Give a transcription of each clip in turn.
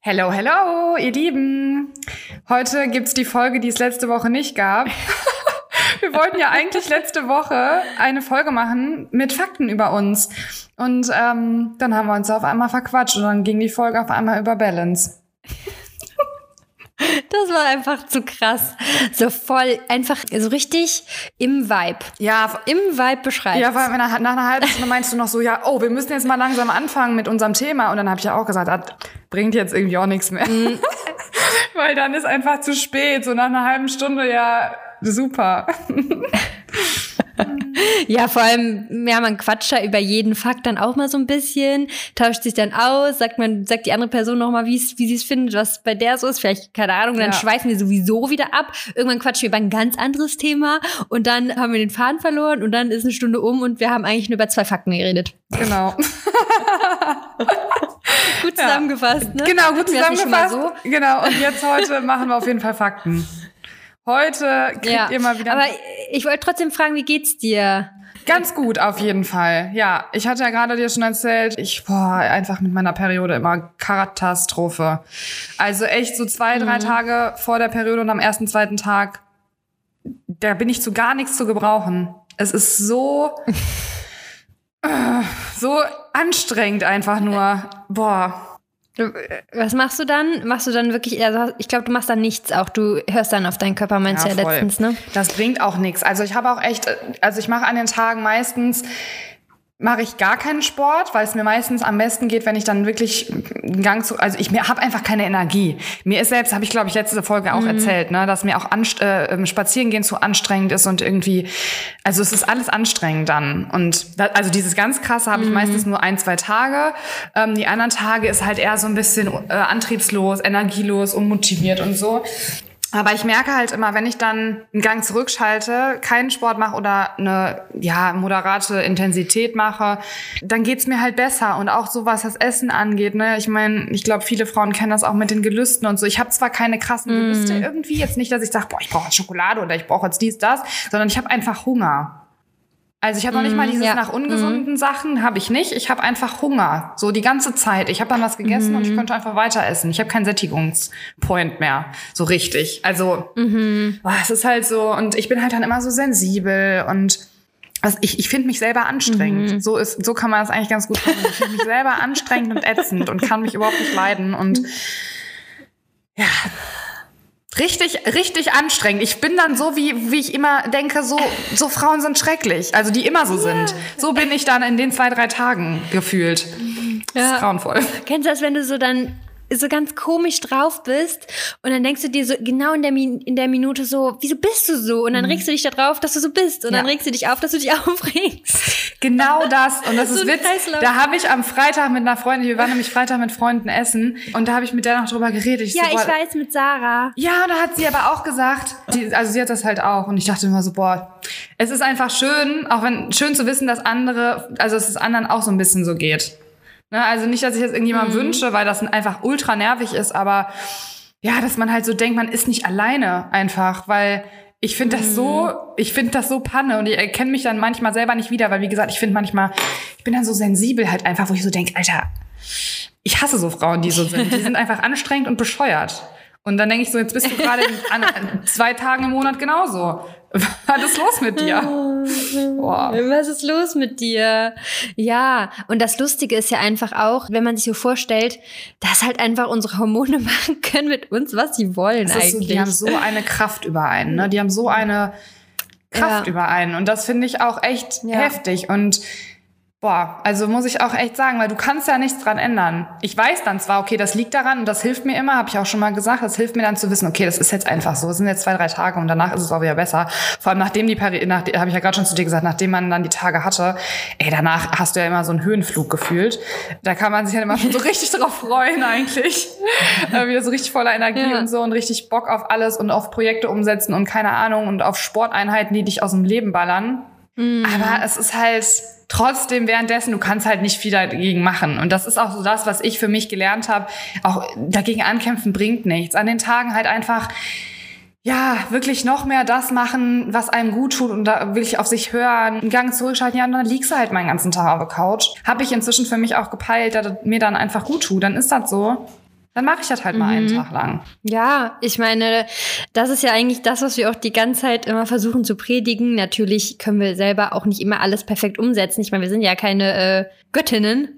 Hello, hello, ihr Lieben. Heute gibt's die Folge, die es letzte Woche nicht gab. Wir wollten ja eigentlich letzte Woche eine Folge machen mit Fakten über uns. Und dann haben wir uns auf einmal verquatscht und dann ging die Folge auf einmal über Balance. Das war einfach zu krass. So voll, einfach so richtig im Vibe. Ja, im Vibe beschreibt. Ja, weil nach einer halben Stunde meinst du noch so, ja, wir müssen jetzt mal langsam anfangen mit unserem Thema. Und dann habe ich ja auch gesagt, das bringt jetzt irgendwie auch nichts mehr. Weil dann ist einfach zu spät. So nach einer halben Stunde, ja, super. Ja, vor allem, ja, man quatscht da über jeden Fakt dann auch mal so ein bisschen, tauscht sich dann aus, sagt die andere Person noch mal, wie sie es findet, was bei der so ist, vielleicht, keine Ahnung, dann schweifen wir sowieso wieder ab, irgendwann quatschen wir über ein ganz anderes Thema und dann haben wir den Faden verloren und dann ist eine Stunde um und wir haben eigentlich nur über 2 Fakten geredet. Genau. Gut zusammengefasst, ne? Genau, gut zusammengefasst. So? Genau, und jetzt heute machen wir auf jeden Fall Fakten. Heute kriegt ihr mal wieder... Aber ich wollte trotzdem fragen, wie geht's dir? Ganz gut, auf jeden Fall. Ja, ich hatte ja gerade dir schon erzählt, einfach mit meiner Periode immer Katastrophe. Also echt so 2-3 Tage vor der Periode und am ersten, zweiten Tag, da bin ich zu gar nichts zu gebrauchen. Es ist so anstrengend einfach nur. Was machst du dann? Machst du dann wirklich, also ich glaube, du machst dann nichts auch. Du hörst dann auf deinen Körper, meinst du ja letztens, ne? Das bringt auch nichts. Also ich habe auch ich mache an den Tagen meistens, mache ich gar keinen Sport, weil es mir meistens am besten geht, wenn ich dann wirklich einen Gang ich habe einfach keine Energie. Mir ist selbst, habe ich glaube ich letzte Folge auch erzählt, ne, dass mir auch Spazierengehen zu anstrengend ist und irgendwie, also es ist alles anstrengend dann und also dieses ganz krasse habe ich meistens nur 1-2 Tage. Die anderen Tage ist halt eher so ein bisschen antriebslos, energielos, unmotiviert und so. Aber ich merke halt immer, wenn ich dann einen Gang zurückschalte, keinen Sport mache oder eine moderate Intensität mache, dann geht's mir halt besser. Und auch so, was das Essen angeht, ne? Ich meine, ich glaube, viele Frauen kennen das auch mit den Gelüsten und so. Ich habe zwar keine krassen Gelüste irgendwie, jetzt nicht, dass ich sage, ich brauche jetzt Schokolade oder ich brauche jetzt dies, das, sondern ich habe einfach Hunger. Also ich habe noch nicht mal dieses nach ungesunden Sachen, habe ich nicht. Ich habe einfach Hunger, so die ganze Zeit. Ich habe dann was gegessen und ich könnte einfach weiter essen. Ich habe keinen Sättigungspoint mehr, so richtig. Also es ist halt so, und ich bin halt dann immer so sensibel und ich finde mich selber anstrengend. So kann man das eigentlich ganz gut machen. Ich finde mich selber anstrengend und ätzend und kann mich überhaupt nicht leiden und ja. Richtig, richtig anstrengend. Ich bin dann so, wie ich immer denke, so Frauen sind schrecklich. Also die immer so sind. So bin ich dann in den 2-3 Tagen gefühlt. Das ist grauenvoll. Kennst du das, wenn du so dann so ganz komisch drauf bist und dann denkst du dir so genau in der Minute so, wieso bist du so? Und dann regst du dich da drauf, dass du so bist. Und dann regst du dich auf, dass du dich aufregst. Genau das. Und das so ist witzig. Da habe ich am Freitag mit einer Freundin, wir waren nämlich Freitag mit Freunden essen und da habe ich mit der noch drüber geredet. Ich weiß, mit Sarah. Ja, da hat sie aber auch gesagt, sie hat das halt auch. Und ich dachte immer so, es ist einfach schön, schön zu wissen, dass es ist anderen auch so ein bisschen so geht. Ne, also nicht, dass ich das irgendjemandem wünsche, weil das einfach ultra nervig ist, aber ja, dass man halt so denkt, man ist nicht alleine einfach, weil ich finde das so Panne und ich erkenne mich dann manchmal selber nicht wieder, weil wie gesagt, ich bin dann so sensibel halt einfach, wo ich so denke, Alter, ich hasse so Frauen, die so sind. Die sind einfach anstrengend und bescheuert. Und dann denke ich so, jetzt bist du gerade an 2 Tagen im Monat genauso. Was ist los mit dir? Was ist los mit dir? Ja, und das Lustige ist ja einfach auch, wenn man sich so vorstellt, dass halt einfach unsere Hormone machen können mit uns, was sie wollen eigentlich. Die haben so eine Kraft über einen, ne? Die haben so eine Kraft über einen. Und das finde ich auch echt heftig. Und also muss ich auch echt sagen, weil du kannst ja nichts dran ändern. Ich weiß dann zwar, okay, das liegt daran und das hilft mir immer, habe ich auch schon mal gesagt, das hilft mir dann zu wissen, okay, das ist jetzt einfach so, es sind jetzt 2-3 Tage und danach ist es auch wieder besser. Vor allem habe ich ja gerade schon zu dir gesagt, nachdem man dann die Tage hatte, danach hast du ja immer so einen Höhenflug gefühlt. Da kann man sich halt immer schon so richtig drauf freuen eigentlich. Wieder so richtig voller Energie und so und richtig Bock auf alles und auf Projekte umsetzen und keine Ahnung und auf Sporteinheiten, die dich aus dem Leben ballern. Aber es ist halt trotzdem währenddessen, du kannst halt nicht viel dagegen machen. Und das ist auch so das, was ich für mich gelernt habe. Auch dagegen ankämpfen bringt nichts. An den Tagen halt einfach, wirklich noch mehr das machen, was einem gut tut und da wirklich auf sich hören, einen Gang zurückschalten. Ja, und dann liegst du halt meinen ganzen Tag auf der Couch. Habe ich inzwischen für mich auch gepeilt, dass das mir dann einfach gut tut. Dann ist das so. dann mache ich das halt mal einen Tag lang. Ja, ich meine, das ist ja eigentlich das, was wir auch die ganze Zeit immer versuchen zu predigen. Natürlich können wir selber auch nicht immer alles perfekt umsetzen. Ich meine, wir sind ja keine Göttinnen.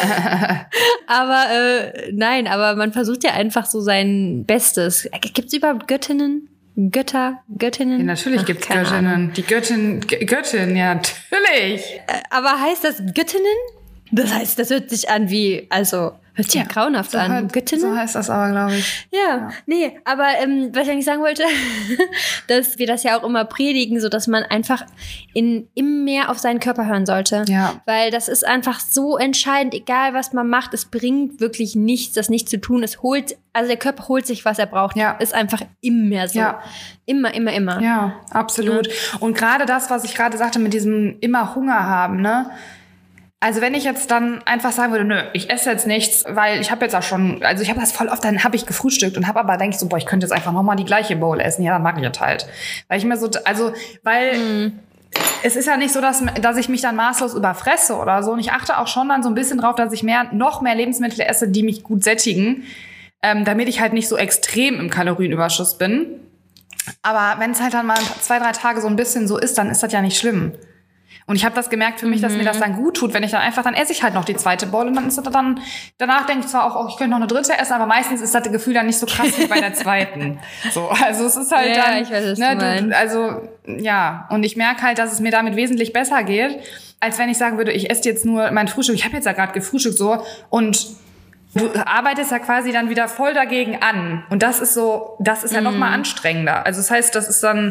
Aber nein, aber man versucht ja einfach so sein Bestes. Gibt es überhaupt Göttinnen? Göttinnen? Ja, natürlich gibt es Göttinnen. Ahnung. Die Göttin, ja, natürlich. Aber heißt das Göttinnen? Das heißt, das hört sich an wie, also, hört sich ja grauenhaft an. Halt, Göttinnen? So heißt das aber, glaube ich. Ja, nee, aber was ich eigentlich sagen wollte, dass wir das ja auch immer predigen, so dass man einfach immer mehr auf seinen Körper hören sollte. Ja. Weil das ist einfach so entscheidend, egal was man macht, es bringt wirklich nichts, das nicht zu tun. Also der Körper holt sich, was er braucht. Ja. Ist einfach immer so. Ja. Immer. Ja, absolut. Ja. Und gerade das, was ich gerade sagte, mit diesem immer Hunger haben, ne? Also wenn ich jetzt dann einfach sagen würde, nö, ich esse jetzt nichts, weil ich habe jetzt auch schon, also ich habe das voll oft, dann habe ich gefrühstückt und habe aber denke ich so, boah, ich könnte jetzt einfach nochmal die gleiche Bowl essen. Ja, dann mache ich das halt. Weil ich mir so, also, weil es ist ja nicht so, dass ich mich dann maßlos überfresse oder so. Und ich achte auch schon dann so ein bisschen drauf, dass ich noch mehr Lebensmittel esse, die mich gut sättigen, damit ich halt nicht so extrem im Kalorienüberschuss bin. Aber wenn es halt dann mal 2-3 Tage so ein bisschen so ist, dann ist das ja nicht schlimm. Und ich habe das gemerkt für mich, dass mir das dann gut tut, wenn ich dann esse ich halt noch die zweite Bowl und dann ist das dann, danach denke ich zwar auch, ich könnte noch eine dritte essen, aber meistens ist das Gefühl dann nicht so krass wie bei der zweiten. So, also es ist halt dann, ich weiß, was und ich merke halt, dass es mir damit wesentlich besser geht, als wenn ich sagen würde, ich esse jetzt nur mein Frühstück, ich habe jetzt ja gerade gefrühstückt so und du arbeitest ja quasi dann wieder voll dagegen an und das ist ja noch mal anstrengender. Also das heißt, das ist dann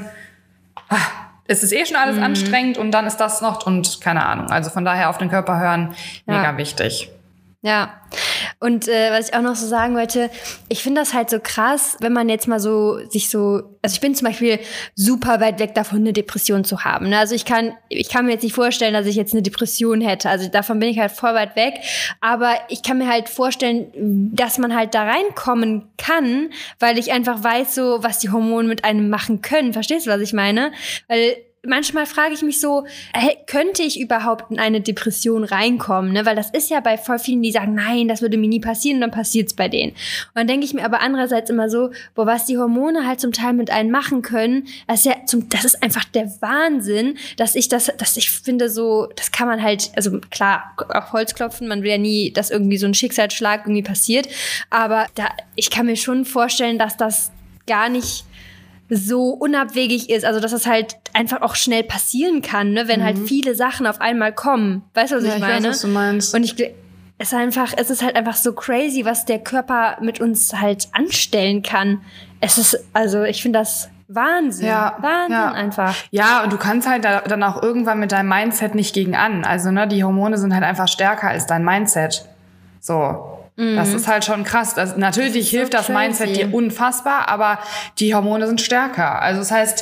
es ist schon alles anstrengend und dann ist das noch und keine Ahnung. Also von daher auf den Körper hören, mega wichtig. Ja. Und was ich auch noch so sagen wollte, ich finde das halt so krass, wenn man jetzt mal also ich bin zum Beispiel super weit weg davon, eine Depression zu haben. Ne? Also ich kann mir jetzt nicht vorstellen, dass ich jetzt eine Depression hätte. Also davon bin ich halt voll weit weg. Aber ich kann mir halt vorstellen, dass man halt da reinkommen kann, weil ich einfach weiß, so was die Hormone mit einem machen können. Verstehst du, was ich meine? Weil manchmal frage ich mich so, könnte ich überhaupt in eine Depression reinkommen? Ne? Weil das ist ja bei voll vielen, die sagen, nein, das würde mir nie passieren und dann passiert's bei denen. Und dann denke ich mir aber andererseits immer so, was die Hormone halt zum Teil mit einem machen können, das ist einfach der Wahnsinn, dass ich finde so, das kann man halt, also klar, auf Holz klopfen, man will ja nie, dass irgendwie so ein Schicksalsschlag irgendwie passiert, aber ich kann mir schon vorstellen, dass das gar nicht so unabwegig ist, also dass das halt einfach auch schnell passieren kann, ne, wenn halt viele Sachen auf einmal kommen. Weißt du, was ich meine? Ich weiß, was du meinst. Und es ist halt einfach so crazy, was der Körper mit uns halt anstellen kann. Ich finde das Wahnsinn. Wahnsinn einfach. Ja, und du kannst halt dann auch irgendwann mit deinem Mindset nicht gegen an. Also, ne, die Hormone sind halt einfach stärker als dein Mindset. So. Das ist halt schon krass. Natürlich hilft das Mindset dir unfassbar, aber die Hormone sind stärker. Also das heißt,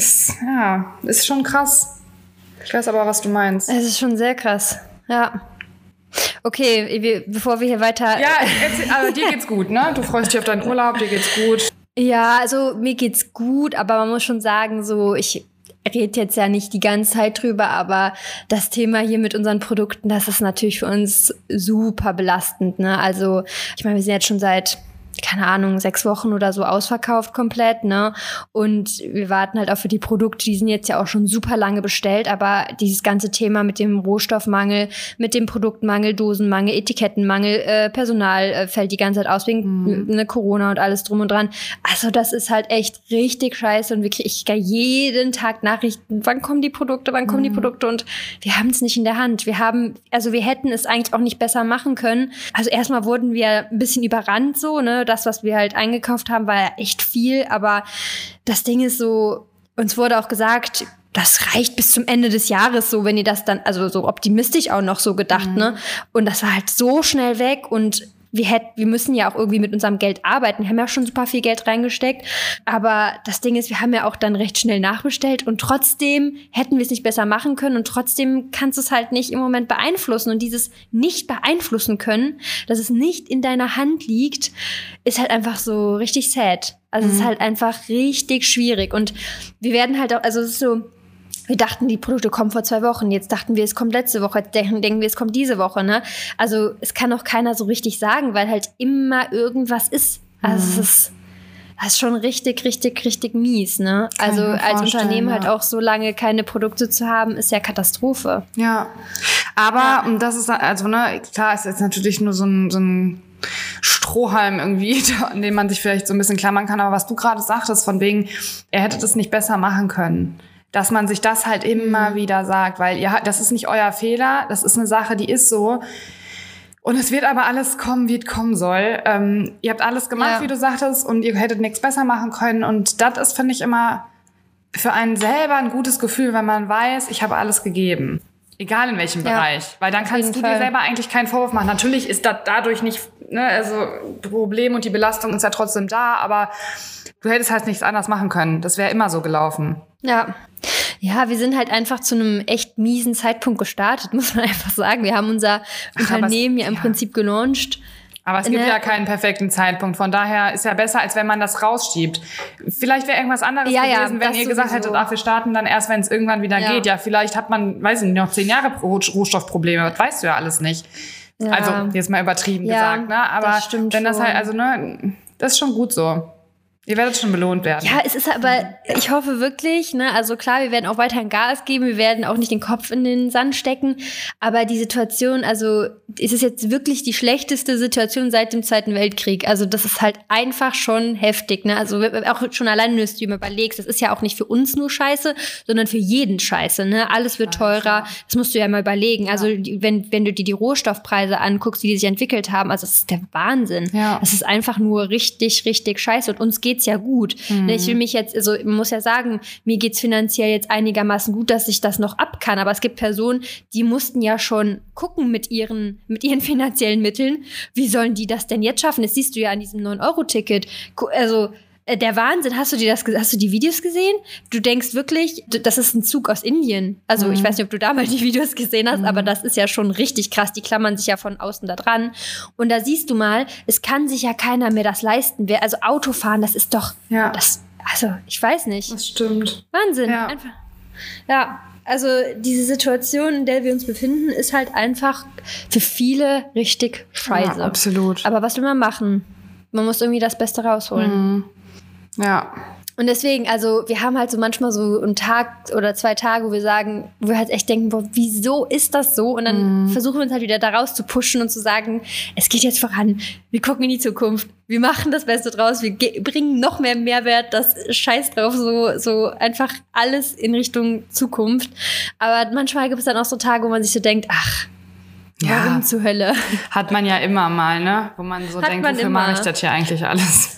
ist schon krass. Ich weiß aber, was du meinst. Es ist schon sehr krass, ja. Okay, bevor wir hier weiter... Ja, aber dir geht's gut, ne? Du freust dich auf deinen Urlaub, dir geht's gut. Ja, also mir geht's gut, aber man muss schon sagen, so ich rede jetzt ja nicht die ganze Zeit drüber, aber das Thema hier mit unseren Produkten, das ist natürlich für uns super belastend, ne? Also, ich meine, wir sind jetzt schon seit, keine Ahnung, 6 Wochen oder so ausverkauft komplett, ne? Und wir warten halt auch für die Produkte, die sind jetzt ja auch schon super lange bestellt, aber dieses ganze Thema mit dem Rohstoffmangel, mit dem Produktmangel, Dosenmangel, Etikettenmangel, Personal fällt die ganze Zeit aus wegen Corona und alles drum und dran. Also das ist halt echt richtig scheiße und ich kriege jeden Tag Nachrichten, wann kommen die Produkte und wir haben es nicht in der Hand. Wir hätten es eigentlich auch nicht besser machen können. Also erstmal wurden wir ein bisschen überrannt so, ne? Das, was wir halt eingekauft haben, war ja echt viel, aber das Ding ist so, uns wurde auch gesagt, das reicht bis zum Ende des Jahres so, wenn ihr das dann, also so optimistisch auch noch so gedacht, ne? Und das war halt so schnell weg und wir müssen ja auch irgendwie mit unserem Geld arbeiten. Wir haben ja schon super viel Geld reingesteckt. Aber das Ding ist, wir haben ja auch dann recht schnell nachbestellt und trotzdem hätten wir es nicht besser machen können und trotzdem kannst du es halt nicht im Moment beeinflussen. Und dieses nicht beeinflussen können, dass es nicht in deiner Hand liegt, ist halt einfach so richtig sad. Also es ist halt einfach richtig schwierig. Und wir werden halt auch, also es ist so, wir dachten, die Produkte kommen vor 2 Wochen, jetzt dachten wir, es kommt letzte Woche, jetzt denken wir, es kommt diese Woche, ne? Also es kann auch keiner so richtig sagen, weil halt immer irgendwas ist. Also das ist schon richtig, richtig, richtig mies, ne? Also als Unternehmen halt auch so lange keine Produkte zu haben, ist ja Katastrophe. Ja, aber und das ist, also ne, klar, ist jetzt natürlich nur so ein Strohhalm irgendwie, an dem man sich vielleicht so ein bisschen klammern kann, aber was du gerade sagtest, von wegen, er hätte das nicht besser machen können, dass man sich das halt immer wieder sagt, weil das ist nicht euer Fehler, das ist eine Sache, die ist so. Und es wird aber alles kommen, wie es kommen soll. Ihr habt alles gemacht, wie du sagtest, und ihr hättet nichts besser machen können. Und das ist, finde ich, immer für einen selber ein gutes Gefühl, wenn man weiß, ich habe alles gegeben. Egal in welchem Bereich. Weil dann kannst du dir selber eigentlich keinen Vorwurf machen. Natürlich ist das dadurch nicht, ne, also Problem und die Belastung ist ja trotzdem da, aber du hättest halt nichts anderes machen können. Das wäre immer so gelaufen. Ja. Ja, wir sind halt einfach zu einem echt miesen Zeitpunkt gestartet, muss man einfach sagen. Wir haben unser Unternehmen im Prinzip gelauncht. Aber es gibt ja keinen perfekten Zeitpunkt. Von daher ist ja besser, als wenn man das rausschiebt. Vielleicht wäre irgendwas anderes gewesen, wenn ihr gesagt hättet, wir starten dann erst, wenn es irgendwann wieder geht. Ja, vielleicht hat man, weiß ich nicht, noch 10 Jahre Rohstoffprobleme. Das weißt du ja alles nicht. Ja. Also, jetzt mal übertrieben gesagt, ne? Aber wenn das halt, also, ne, das ist schon gut so. Ihr werdet schon belohnt werden. Ja, es ist aber, ich hoffe wirklich, ne, also klar, wir werden auch weiterhin Gas geben, wir werden auch nicht den Kopf in den Sand stecken, aber die Situation, also es ist jetzt wirklich die schlechteste Situation seit dem Zweiten Weltkrieg. Also das ist halt einfach schon heftig, ne, also auch schon allein, wenn du es dir mal überlegst, das ist ja auch nicht für uns nur scheiße, sondern für jeden scheiße, ne, alles wird teurer, das musst du ja mal überlegen. Also wenn du dir die Rohstoffpreise anguckst, wie die sich entwickelt haben, also das ist der Wahnsinn. Ja. Das ist einfach nur richtig, richtig scheiße und uns geht's ja gut. Ich will mich jetzt, also man muss ja sagen, mir geht's finanziell jetzt einigermaßen gut, dass ich das noch ab kann, aber es gibt Personen, die mussten ja schon gucken mit ihren finanziellen Mitteln, wie sollen die das denn jetzt schaffen? Das siehst du ja an diesem 9-Euro-Ticket. Also der Wahnsinn, hast du die Videos gesehen? Du denkst wirklich, das ist ein Zug aus Indien. Also ich weiß nicht, ob du da mal die Videos gesehen hast, aber das ist ja schon richtig krass. Die klammern sich ja von außen da dran. Und da siehst du mal, es kann sich ja keiner mehr das leisten. Also Autofahren, das ist doch, also ich weiß nicht. Das stimmt. Wahnsinn. Ja. Einfach. Ja, also diese Situation, in der wir uns befinden, ist halt einfach für viele richtig scheiße. Ja, absolut. Aber was will man machen? Man muss irgendwie das Beste rausholen. Ja. Und deswegen, also wir haben halt so manchmal so einen Tag oder 2 Tage, wo wir halt echt denken, boah, wieso ist das so? Und dann versuchen wir uns halt wieder da raus zu pushen und zu sagen, es geht jetzt voran, wir gucken in die Zukunft, wir machen das Beste draus, wir bringen noch mehr Mehrwert, das Scheiß drauf, so einfach alles in Richtung Zukunft. Aber manchmal gibt es dann auch so Tage, wo man sich so denkt, ach, warum zur Hölle? Hat man ja immer mal, ne? Wo man so denkt, wofür mache ich das hier eigentlich alles?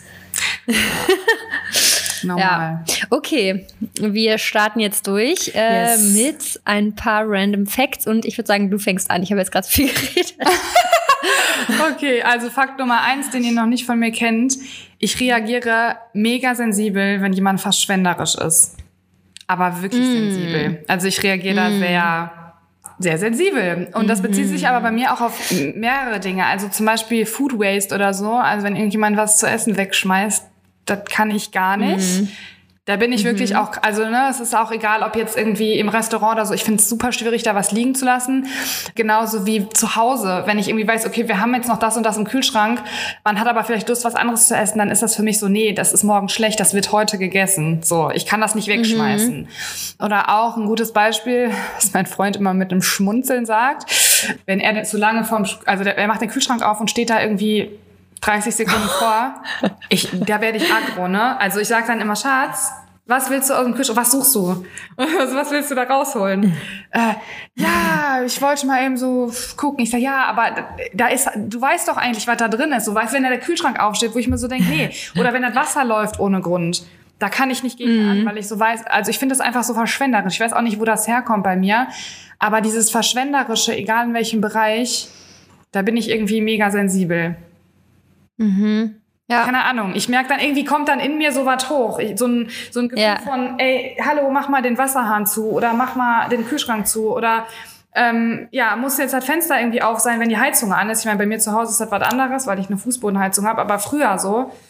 Normal. Ja, okay. Wir starten jetzt durch mit ein paar Random Facts und ich würde sagen, du fängst an. Ich habe jetzt gerade viel geredet. Okay, also Fakt Nummer 1, den ihr noch nicht von mir kennt. Ich reagiere mega sensibel, wenn jemand verschwenderisch ist. Aber wirklich sensibel. Also ich reagiere da sehr sensibel. Und das bezieht sich aber bei mir auch auf mehrere Dinge. Also zum Beispiel Food Waste oder so. Also wenn irgendjemand was zu essen wegschmeißt, das kann ich gar nicht. Da bin ich wirklich auch, also ne, es ist auch egal, ob jetzt irgendwie im Restaurant oder so, ich finde es super schwierig, da was liegen zu lassen. Genauso wie zu Hause, wenn ich irgendwie weiß, okay, wir haben jetzt noch das und das im Kühlschrank, man hat aber vielleicht Lust, was anderes zu essen, dann ist das für mich so, nee, das ist morgen schlecht, das wird heute gegessen. So, ich kann das nicht wegschmeißen. Oder auch ein gutes Beispiel, was mein Freund immer mit einem Schmunzeln sagt, wenn er zu lange er macht den Kühlschrank auf und steht da irgendwie 30 Sekunden vor, da werde ich aggro, ne? Also ich sage dann immer, Schatz, was willst du aus dem Kühlschrank, was suchst du? Also, was willst du da rausholen? Ja, ich wollte mal eben so gucken. Ich sage, ja, aber du weißt doch eigentlich, was da drin ist. Du weißt, wenn da der Kühlschrank aufsteht, wo ich mir so denke, nee. Oder wenn das Wasser läuft ohne Grund. Da kann ich nicht gegen an, weil ich so weiß, also ich finde das einfach so verschwenderisch. Ich weiß auch nicht, wo das herkommt bei mir. Aber dieses Verschwenderische, egal in welchem Bereich, da bin ich irgendwie mega sensibel. Ja. Keine Ahnung. Ich merke dann, irgendwie kommt dann in mir so was hoch. So ein Gefühl von, ey, hallo, mach mal den Wasserhahn zu oder mach mal den Kühlschrank zu oder muss jetzt das Fenster irgendwie auf sein, wenn die Heizung an ist. Ich meine, bei mir zu Hause ist das was anderes, weil ich eine Fußbodenheizung habe, aber früher so.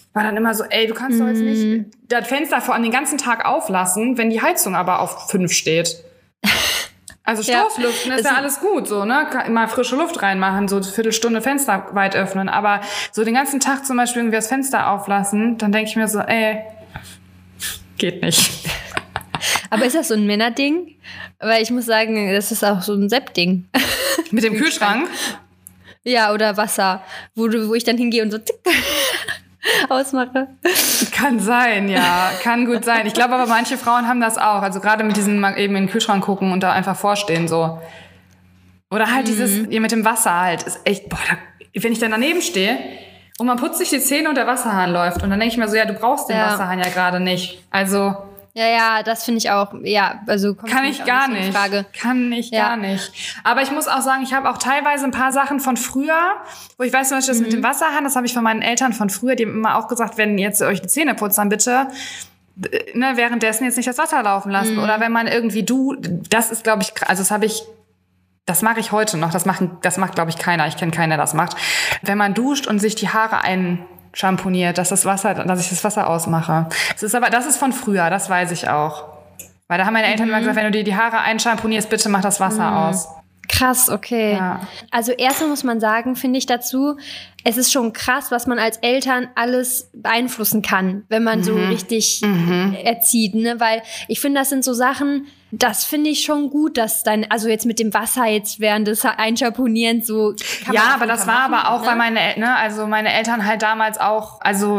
war dann immer so, ey, du kannst doch jetzt nicht das Fenster vor allem den ganzen Tag auflassen, wenn die Heizung aber auf 5 steht. Also Stoßlüften ist ja alles gut, so, ne? Mal frische Luft reinmachen, so eine Viertelstunde Fenster weit öffnen. Aber so den ganzen Tag zum Beispiel irgendwie das Fenster auflassen, dann denke ich mir so, ey, geht nicht. Aber ist das so ein Männerding? Weil ich muss sagen, das ist auch so ein Sepp-Ding. Mit dem Kühlschrank? Ja, oder Wasser, wo ich dann hingehe und so zick ausmache. Kann sein, ja. Kann gut sein. Ich glaube aber, manche Frauen haben das auch. Also gerade mit diesem eben in den Kühlschrank gucken und da einfach vorstehen so. Oder halt dieses, mit dem Wasser halt, ist echt, wenn ich dann daneben stehe und man putzt sich die Zähne und der Wasserhahn läuft und dann denke ich mir so, ja, du brauchst den Wasserhahn ja gerade nicht. Also... Ja, das finde ich auch, ja, also kommt kann ich gar nicht. Kann ich gar nicht. Aber ich muss auch sagen, ich habe auch teilweise ein paar Sachen von früher, wo ich weiß zum Beispiel, das mit dem Wasserhahn, das habe ich von meinen Eltern von früher, die haben immer auch gesagt, wenn ihr jetzt euch die Zähne putzt, dann bitte währenddessen jetzt nicht das Wasser laufen lassen. Oder wenn man irgendwie das ist, glaube ich, also das mache ich heute noch, das macht, glaube ich, keiner. Ich kenne keinen, der das macht. Wenn man duscht und sich die Haare einschamponiert, dass ich das Wasser ausmache. Das ist von früher, das weiß ich auch. Weil da haben meine Eltern immer gesagt, wenn du dir die Haare einschamponierst, bitte mach das Wasser aus. Krass, okay. Ja. Also erstmal muss man sagen, finde ich dazu, es ist schon krass, was man als Eltern alles beeinflussen kann, wenn man so richtig erzieht, ne? Weil ich finde, das sind so Sachen, das finde ich schon gut, dass also jetzt mit dem Wasser jetzt während des Einschamponierens so kann ja, aber das war aber auch, weil meine Eltern halt damals auch,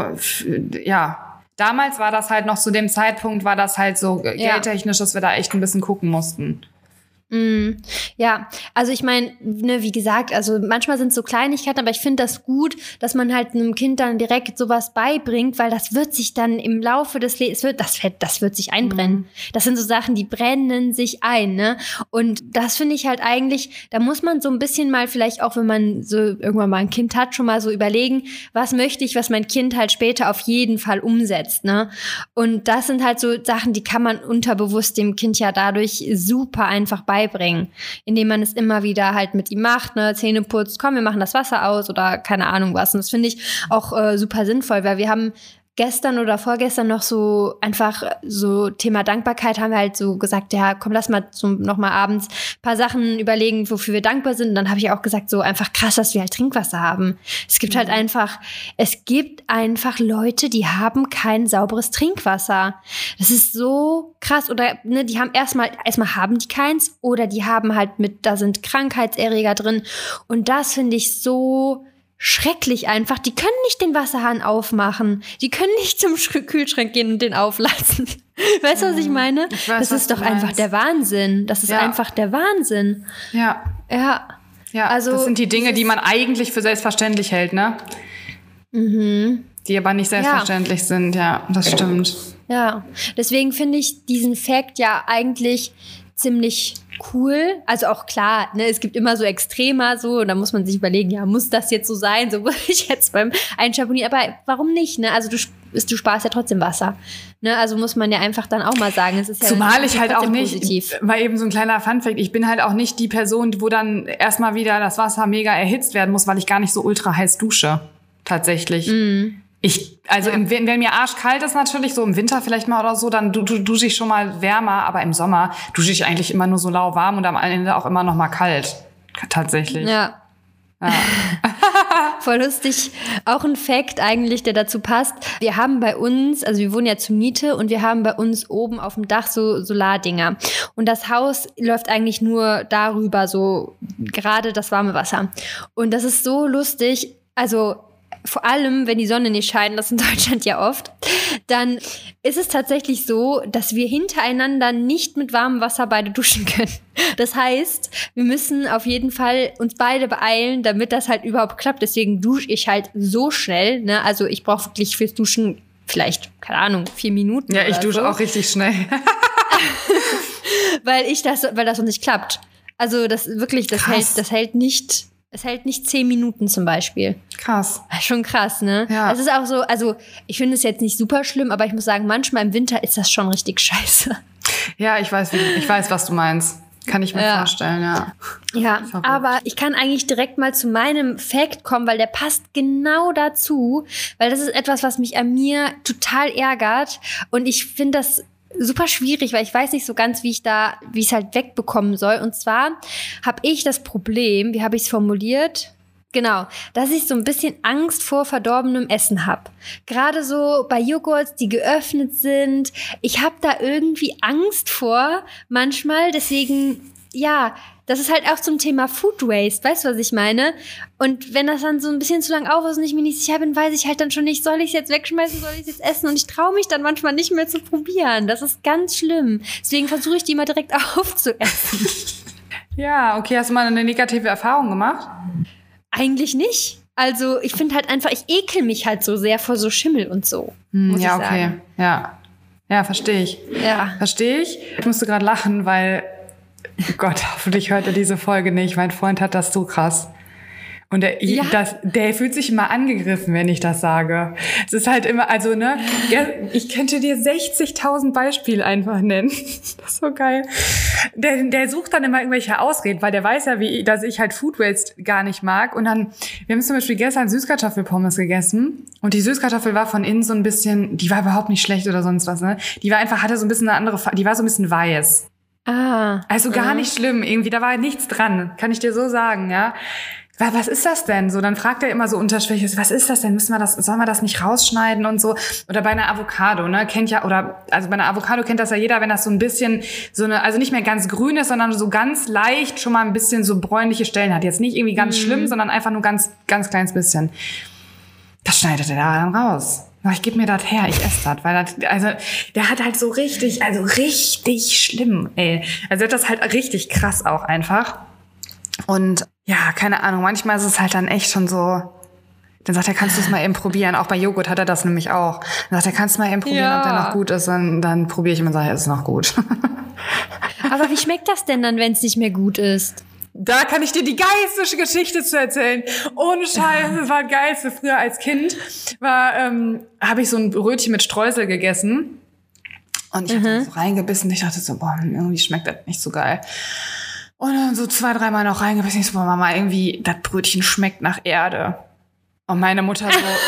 damals war das halt noch zu dem Zeitpunkt, war das halt so geldtechnisch, dass wir da echt ein bisschen gucken mussten. Ja, also ich meine, ne, wie gesagt, also manchmal sind es so Kleinigkeiten, aber ich finde das gut, dass man halt einem Kind dann direkt sowas beibringt, weil das wird sich dann im Laufe des Lebens, das wird sich einbrennen. Das sind so Sachen, die brennen sich ein, ne? Und das finde ich halt eigentlich, da muss man so ein bisschen mal vielleicht auch, wenn man so irgendwann mal ein Kind hat, schon mal so überlegen, was möchte ich, was mein Kind halt später auf jeden Fall umsetzt, ne? Und das sind halt so Sachen, die kann man unterbewusst dem Kind ja dadurch super einfach beibringen, indem man es immer wieder halt mit ihm macht, ne, Zähne putzt, komm, wir machen das Wasser aus oder keine Ahnung was. Und das finde ich auch super sinnvoll, weil wir haben gestern oder vorgestern noch so einfach so Thema Dankbarkeit haben wir halt so gesagt, ja, komm, lass mal noch mal abends ein paar Sachen überlegen, wofür wir dankbar sind. Und dann habe ich auch gesagt, so einfach krass, dass wir halt Trinkwasser haben. Es gibt einfach Leute, die haben kein sauberes Trinkwasser. Das ist so krass. Oder ne, die haben erstmal haben die keins oder die haben halt da sind Krankheitserreger drin. Und das finde ich so schrecklich einfach. Die können nicht den Wasserhahn aufmachen. Die können nicht zum Kühlschrank gehen und den auflassen. Weißt du, was ich meine? Ich weiß, das ist doch einfach der Wahnsinn. Das ist einfach der Wahnsinn. Ja. Ja. Ja, also das sind die Dinge, die man eigentlich für selbstverständlich hält, ne? Die aber nicht selbstverständlich sind. Ja, das stimmt. Ja, deswegen finde ich diesen Fact ja eigentlich ziemlich cool. Also auch klar, ne, es gibt immer so Extremer so und da muss man sich überlegen, ja, muss das jetzt so sein? So würde ich jetzt beim Einschamponieren. Aber warum nicht? Ne? Also du sparst ja trotzdem Wasser. Ne? Also muss man ja einfach dann auch mal sagen, es ist ja zumal ich halt auch nicht, positiv. War eben so ein kleiner Funfact, ich bin halt auch nicht die Person, wo dann erstmal wieder das Wasser mega erhitzt werden muss, weil ich gar nicht so ultra heiß dusche. Tatsächlich. Wenn mir arschkalt ist natürlich, so im Winter vielleicht mal oder so, dann dusche ich schon mal wärmer, aber im Sommer dusche ich eigentlich immer nur so lauwarm und am Ende auch immer noch mal kalt. Tatsächlich. Ja. Voll lustig. Auch ein Fact eigentlich, der dazu passt. Wir haben bei uns, also wir wohnen ja zur Miete und wir haben bei uns oben auf dem Dach so Solardinger. Und das Haus läuft eigentlich nur darüber, so gerade das warme Wasser. Und das ist so lustig. Also vor allem, wenn die Sonne nicht scheint, das in Deutschland ja oft, dann ist es tatsächlich so, dass wir hintereinander nicht mit warmem Wasser beide duschen können. Das heißt, wir müssen auf jeden Fall uns beide beeilen, damit das halt überhaupt klappt. Deswegen dusche ich halt so schnell, ne? Also ich brauche wirklich fürs Duschen vielleicht, keine Ahnung, 4 Minuten. Ja, ich dusche auch richtig schnell. weil das sonst nicht klappt. Also das hält nicht. Es hält nicht 10 Minuten zum Beispiel. Krass. Schon krass, ne? Ja. Es ist auch so, also ich finde es jetzt nicht super schlimm, aber ich muss sagen, manchmal im Winter ist das schon richtig scheiße. Ja, ich weiß, was du meinst. Kann ich mir vorstellen, ja. Ja, aber ich kann eigentlich direkt mal zu meinem Fact kommen, weil der passt genau dazu, weil das ist etwas, was mich an mir total ärgert und ich finde das super schwierig, weil ich weiß nicht so ganz, wie ich es halt wegbekommen soll. Und zwar habe ich das Problem, wie habe ich es formuliert? Genau, dass ich so ein bisschen Angst vor verdorbenem Essen habe. Gerade so bei Joghurts, die geöffnet sind. Ich habe da irgendwie Angst vor manchmal. Deswegen, ja, das ist halt auch zum Thema Food Waste. Weißt du, was ich meine? Und wenn das dann so ein bisschen zu lang auf ist und ich mir nicht sicher bin, weiß ich halt dann schon nicht, soll ich es jetzt wegschmeißen, soll ich es jetzt essen? Und ich traue mich dann manchmal nicht mehr zu probieren. Das ist ganz schlimm. Deswegen versuche ich die immer direkt aufzuessen. Ja, okay. Hast du mal eine negative Erfahrung gemacht? Eigentlich nicht. Also ich finde halt einfach, ich ekel mich halt so sehr vor so Schimmel und so. Muss ja, ich okay. sagen. Ja, verstehe ich. Ja. Verstehe ich. Ich musste gerade lachen, weil, oh Gott, hoffentlich hört er diese Folge nicht. Mein Freund hat das so krass. Und der fühlt sich immer angegriffen, wenn ich das sage. Es ist halt immer, also, ne, ich könnte dir 60.000 Beispiele einfach nennen. Das ist so geil. Der sucht dann immer irgendwelche Ausreden, weil der weiß ja, dass ich halt Food Waste gar nicht mag. Und dann, wir haben zum Beispiel gestern Süßkartoffelpommes gegessen. Und die Süßkartoffel war von innen so ein bisschen, die war überhaupt nicht schlecht oder sonst was, ne. Die war einfach, hatte so ein bisschen eine andere Farbe, die war so ein bisschen weiß. Also gar nicht schlimm, irgendwie, da war nichts dran. Kann ich dir so sagen, ja. Was ist das denn? So, dann fragt er immer so unterschwellig, was ist das denn? Sollen wir das nicht rausschneiden und so? Oder bei einer Avocado, ne? Also bei einer Avocado kennt das ja jeder, wenn das so ein bisschen also nicht mehr ganz grün ist, sondern so ganz leicht schon mal ein bisschen so bräunliche Stellen hat. Jetzt nicht irgendwie ganz schlimm, sondern einfach nur ganz, ganz kleines bisschen. Das schneidet er da dann raus. Ich gebe mir das her, ich esse das, weil der hat halt so richtig schlimm, ey. Also er hat das halt richtig krass auch einfach. Und ja, keine Ahnung, manchmal ist es halt dann echt schon so, dann sagt er, kannst du es mal eben probieren. Auch bei Joghurt hat er das nämlich auch. Dann sagt er, kannst du mal eben probieren, ob der noch gut ist. Und dann probiere ich immer und sage, es ist noch gut. Aber wie schmeckt das denn dann, wenn es nicht mehr gut ist? Da kann ich dir die geilste Geschichte zu erzählen. Ohne Scheiß, das war das Geilste. Früher als Kind habe ich so ein Brötchen mit Streusel gegessen. Und ich habe so reingebissen. Ich dachte so, boah, irgendwie schmeckt das nicht so geil. Und dann so 2-3 Mal noch reingebissen. Ich so, boah, Mama, irgendwie, das Brötchen schmeckt nach Erde. Und meine Mutter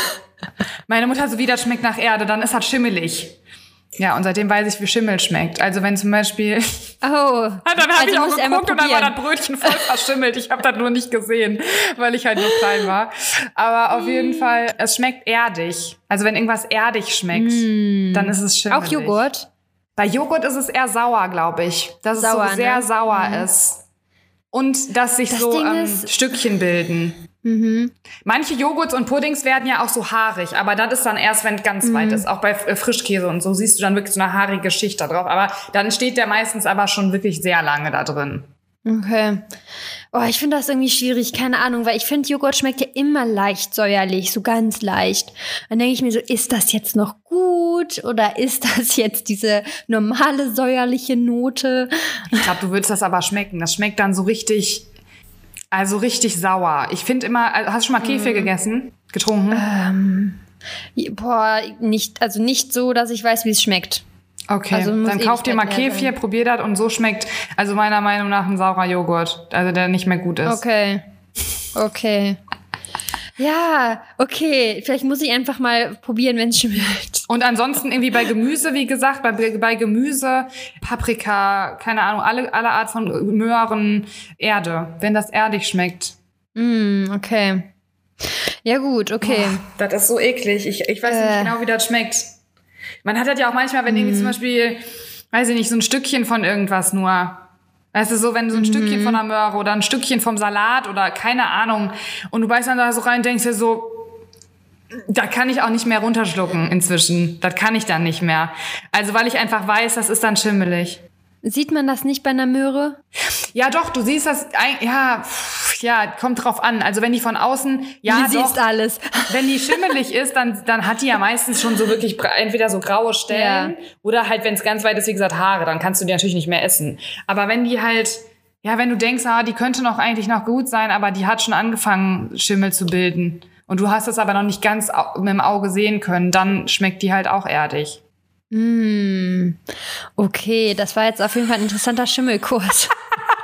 so, wie das schmeckt nach Erde, dann ist das schimmelig. Ja, und seitdem weiß ich, wie Schimmel schmeckt. Also wenn zum Beispiel... dann habe ich auch geguckt und dann war das Brötchen voll verschimmelt. Ich habe das nur nicht gesehen, weil ich halt nur klein war. Aber auf jeden Fall, es schmeckt erdig. Also wenn irgendwas erdig schmeckt, dann ist es schimmelig. Auch Joghurt? Bei Joghurt ist es eher sauer, glaube ich. Dass es so sehr sauer ist. Und dass sich Stückchen bilden. Manche Joghurts und Puddings werden ja auch so haarig, aber das ist dann erst, wenn es ganz weit ist. Auch bei Frischkäse und so siehst du dann wirklich so eine haarige Schicht da drauf. Aber dann steht der meistens aber schon wirklich sehr lange da drin. Okay. Oh, ich finde das irgendwie schwierig, keine Ahnung, weil ich finde, Joghurt schmeckt ja immer leicht säuerlich, so ganz leicht. Dann denke ich mir so, ist das jetzt noch gut oder ist das jetzt diese normale säuerliche Note? Ich glaube, du würdest das aber schmecken. Das schmeckt dann so richtig sauer. Ich finde immer, hast du schon mal Kefir getrunken? Nicht so, dass ich weiß, wie es schmeckt. Okay, also dann kauf dir mal Kefir, probier das und so schmeckt, also meiner Meinung nach ein saurer Joghurt, also der nicht mehr gut ist. Okay. Ja, okay, vielleicht muss ich einfach mal probieren, wenn es schmeckt. Und ansonsten irgendwie bei Gemüse, wie gesagt, bei Gemüse, Paprika, keine Ahnung, alle Art von Möhren, Erde, wenn das erdig schmeckt. Okay. Ja gut, okay. Boah, das ist so eklig, ich weiß nicht genau, wie das schmeckt. Man hat das ja auch manchmal, wenn irgendwie zum Beispiel, weiß ich nicht, so ein Stückchen von irgendwas nur. Weißt du, so, wenn so ein Stückchen von der Möhre oder ein Stückchen vom Salat oder keine Ahnung und du beißt dann da so rein und denkst dir so, da kann ich auch nicht mehr runterschlucken inzwischen. Das kann ich dann nicht mehr. Also, weil ich einfach weiß, das ist dann schimmelig. Sieht man das nicht bei einer Möhre? Ja, doch, du siehst das, ja, kommt drauf an. Also wenn die von außen, du siehst alles. Wenn die schimmelig ist, dann hat die ja meistens schon so wirklich entweder so graue Stellen oder halt, wenn es ganz weit ist, wie gesagt, Haare, dann kannst du die natürlich nicht mehr essen. Aber wenn die halt, ja, wenn du denkst, die könnte noch eigentlich noch gut sein, aber die hat schon angefangen, Schimmel zu bilden und du hast es aber noch nicht ganz mit dem Auge sehen können, dann schmeckt die halt auch erdig. Okay, das war jetzt auf jeden Fall ein interessanter Schimmelkurs.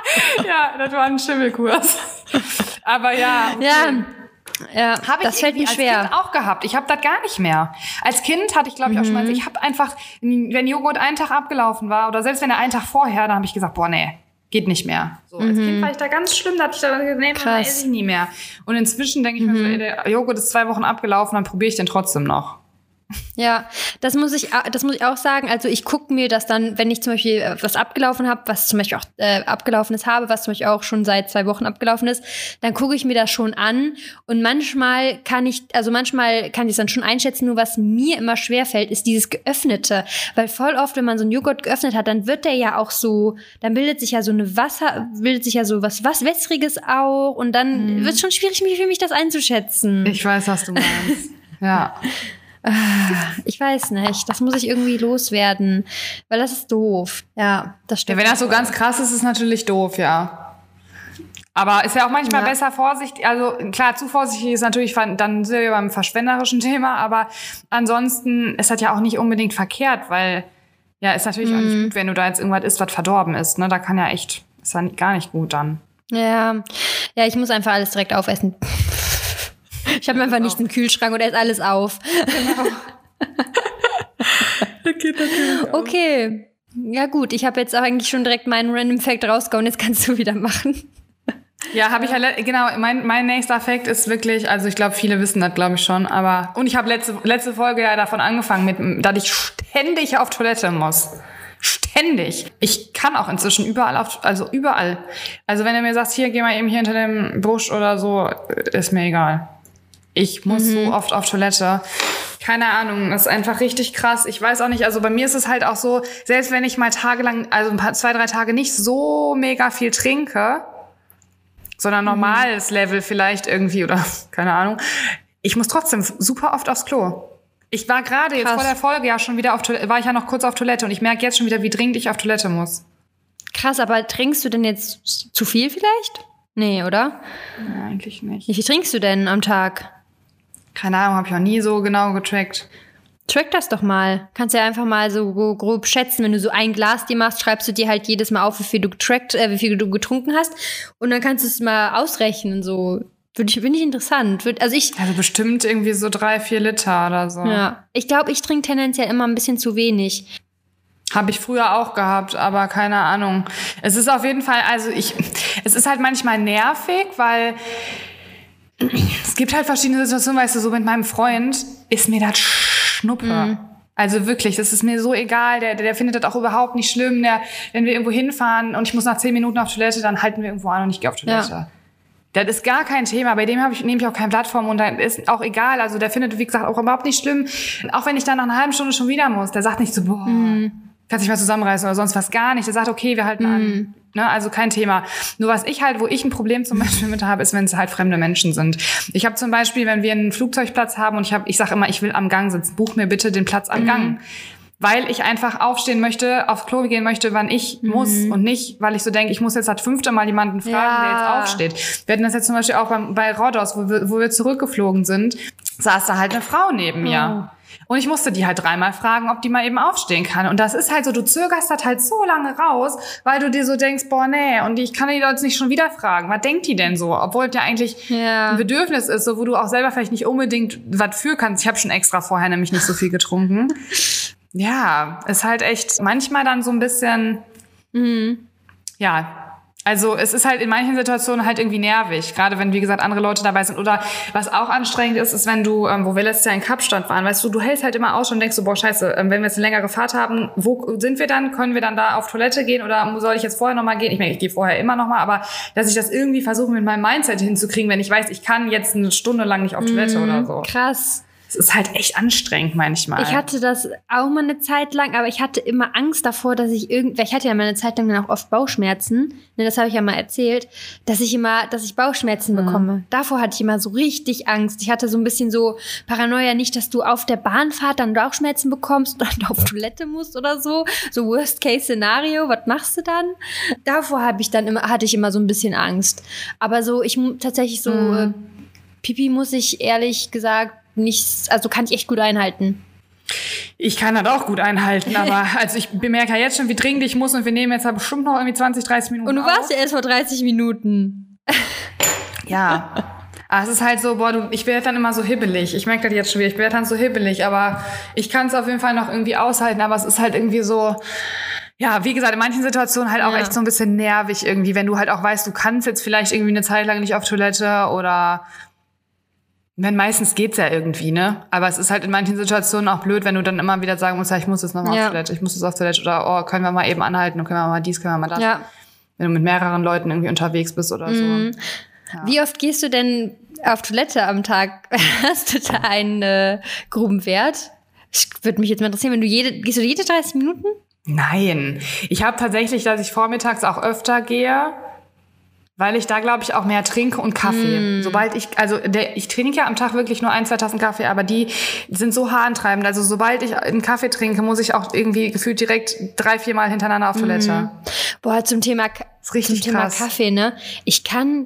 Ja, das war ein Schimmelkurs. Aber ja. Okay. Ja, das fällt mir schwer. Als Kind auch gehabt. Ich habe das gar nicht mehr. Als Kind hatte ich, glaube ich, auch schon mal, ich habe einfach, wenn Joghurt einen Tag abgelaufen war oder selbst wenn er einen Tag vorher, dann habe ich gesagt, boah, nee, geht nicht mehr. So, als Kind war ich da ganz schlimm, da hatte ich da gesagt, nee, Mama, esse ich nie mehr. Und inzwischen denke ich mir so, ey, der Joghurt ist 2 Wochen abgelaufen, dann probiere ich den trotzdem noch. Ja, das muss ich auch sagen. Also ich gucke mir das dann, wenn ich zum Beispiel was abgelaufen habe, was zum Beispiel auch abgelaufenes habe, was zum Beispiel auch schon seit 2 Wochen abgelaufen ist, dann gucke ich mir das schon an. Und manchmal kann ich es dann schon einschätzen, nur was mir immer schwerfällt, ist dieses Geöffnete. Weil voll oft, wenn man so einen Joghurt geöffnet hat, dann wird der ja auch so, dann bildet sich ja so was Wässriges auch. Und dann wird es schon schwierig für mich, das einzuschätzen. Ich weiß, was du meinst. Ja. Ich weiß nicht, das muss ich irgendwie loswerden, weil das ist doof. Ja, das stimmt. Ja, wenn das so ganz krass ist, ist es natürlich doof, ja. Aber ist ja auch manchmal besser vorsichtig, also klar, zu vorsichtig ist natürlich, dann sind wir beim verschwenderischen Thema, aber ansonsten ist das ja auch nicht unbedingt verkehrt, weil ja, ist natürlich auch nicht gut, wenn du da jetzt irgendwas isst, was verdorben ist, ne, da kann ja echt, ist ja gar nicht gut dann. Ja, ich muss einfach alles direkt aufessen. Ich habe einfach nichts im Kühlschrank und esse alles auf. Genau. Okay. Ja gut, ich habe jetzt auch eigentlich schon direkt meinen Random Fact rausgehauen. Jetzt kannst du wieder machen. Ja, habe ich ja, genau, mein nächster Fact ist wirklich, also ich glaube, viele wissen das, glaube ich schon, aber, und ich habe letzte Folge ja davon angefangen, dass ich ständig auf Toilette muss. Ständig. Ich kann auch inzwischen überall. Also wenn du mir sagst, hier, geh mal eben hier hinter dem Busch oder so, ist mir egal. Ich muss so oft auf Toilette. Keine Ahnung, das ist einfach richtig krass. Ich weiß auch nicht, also bei mir ist es halt auch so, selbst wenn ich mal tagelang, also 2-3 Tage nicht so mega viel trinke, sondern normales Level vielleicht irgendwie oder keine Ahnung, ich muss trotzdem super oft aufs Klo. Ich war gerade jetzt vor der Folge ja schon wieder war ich ja noch kurz auf Toilette und ich merke jetzt schon wieder, wie dringend ich auf Toilette muss. Krass, aber trinkst du denn jetzt zu viel vielleicht? Nee, oder? Ja, eigentlich nicht. Wie viel trinkst du denn am Tag? Keine Ahnung, habe ich auch nie so genau getrackt. Track das doch mal. Kannst ja einfach mal so grob schätzen, wenn du so ein Glas dir machst, schreibst du dir halt jedes Mal auf, wie viel du getrunken hast und dann kannst du es mal ausrechnen, so. Finde ich interessant. Also bestimmt irgendwie so 3-4 Liter oder so. Ja, ich glaube, ich trinke tendenziell immer ein bisschen zu wenig. Habe ich früher auch gehabt, aber keine Ahnung. Es ist auf jeden Fall, es ist halt manchmal nervig, weil es gibt halt verschiedene Situationen, weißt du, so mit meinem Freund ist mir das Schnuppe. Also wirklich, das ist mir so egal, der findet das auch überhaupt nicht schlimm. Wenn wir irgendwo hinfahren und ich muss nach 10 Minuten auf Toilette, dann halten wir irgendwo an und ich gehe auf Toilette. Ja. Das ist gar kein Thema, bei dem nehme ich auch kein Blatt vom und dann ist auch egal. Also der findet, wie gesagt, auch überhaupt nicht schlimm. Auch wenn ich dann nach einer halben Stunde schon wieder muss, der sagt nicht so, boah, kannst dich mal zusammenreißen oder sonst was, gar nicht. Der sagt, okay, wir halten an. Ne, also kein Thema. Nur wo ich ein Problem zum Beispiel mit habe, ist, wenn es halt fremde Menschen sind. Ich habe zum Beispiel, wenn wir einen Flugzeugplatz haben und ich sage immer, ich will am Gang sitzen, buch mir bitte den Platz am Gang. Weil ich einfach aufstehen möchte, aufs Klo gehen möchte, wann ich muss und nicht, weil ich so denke, ich muss jetzt das 5. Mal jemanden fragen, der jetzt aufsteht. Wir hatten das jetzt zum Beispiel auch bei Rhodos, wo wir zurückgeflogen sind, saß da halt eine Frau neben mir. Und ich musste die halt 3-mal fragen, ob die mal eben aufstehen kann. Und das ist halt so, du zögerst das halt so lange raus, weil du dir so denkst, boah, nee, und ich kann die jetzt nicht schon wieder fragen. Was denkt die denn so? Obwohl es ja eigentlich ein Bedürfnis ist, so wo du auch selber vielleicht nicht unbedingt was für kannst. Ich habe schon extra vorher nämlich nicht so viel getrunken. Ja, ist halt echt manchmal dann so ein bisschen, also es ist halt in manchen Situationen halt irgendwie nervig, gerade wenn, wie gesagt, andere Leute dabei sind. Oder was auch anstrengend ist wenn du, wo wir letztes Jahr in Kapstadt waren, weißt du hältst halt immer aus und denkst so, boah, scheiße, wenn wir jetzt eine längere Fahrt haben, wo sind wir dann? Können wir dann da auf Toilette gehen oder soll ich jetzt vorher nochmal gehen? Ich meine, ich gehe vorher immer nochmal, aber dass ich das irgendwie versuche, mit meinem Mindset hinzukriegen, wenn ich weiß, ich kann jetzt eine Stunde lang nicht auf Toilette oder so. Krass. Es ist halt echt anstrengend manchmal. Ich hatte das auch mal eine Zeit lang, aber ich hatte immer Angst davor, dass ich hatte ja mal eine Zeit lang dann auch oft Bauchschmerzen. Ne, das habe ich ja mal erzählt, dass ich Bauchschmerzen bekomme. Davor hatte ich immer so richtig Angst. Ich hatte so ein bisschen so Paranoia, nicht, dass du auf der Bahnfahrt dann Bauchschmerzen bekommst und auf Toilette musst oder so. So Worst-Case-Szenario, was machst du dann? Davor hatte ich immer so ein bisschen Angst. Aber so, tatsächlich so, Pipi muss ich ehrlich gesagt nichts, also kann ich echt gut einhalten. Ich kann das auch gut einhalten, aber also ich bemerke ja jetzt schon, wie dringend ich muss und wir nehmen jetzt halt bestimmt noch irgendwie 20, 30 Minuten Und du warst ja erst vor 30 Minuten. Ja. Aber es ist halt so, ich werde dann immer so hibbelig. Ich merke das jetzt schon wieder, ich werde dann so hibbelig, aber ich kann es auf jeden Fall noch irgendwie aushalten, aber es ist halt irgendwie so, ja, wie gesagt, in manchen Situationen halt auch echt so ein bisschen nervig irgendwie, wenn du halt auch weißt, du kannst jetzt vielleicht irgendwie eine Zeit lang nicht auf Toilette oder wenn meistens geht's ja irgendwie, ne? Aber es ist halt in manchen Situationen auch blöd, wenn du dann immer wieder sagen musst, ja, ich muss jetzt nochmal auf Toilette, ich muss jetzt auf Toilette oder können wir mal eben anhalten und können wir mal dies, können wir mal das. Ja. Wenn du mit mehreren Leuten irgendwie unterwegs bist oder so. Ja. Wie oft gehst du denn auf Toilette am Tag? Hast du da einen groben Wert? Würde mich jetzt mal interessieren, gehst du jede 30 Minuten? Nein. Ich habe tatsächlich, dass ich vormittags auch öfter gehe, weil ich da, glaube ich, auch mehr trinke und Kaffee. Sobald ich trinke ja am Tag wirklich nur 1, 2 Tassen Kaffee, aber die sind so haarentreibend. Also sobald ich einen Kaffee trinke, muss ich auch irgendwie gefühlt direkt 3, 4 Mal hintereinander auf Toilette. Boah, zum Thema Kaffee, ne? Ich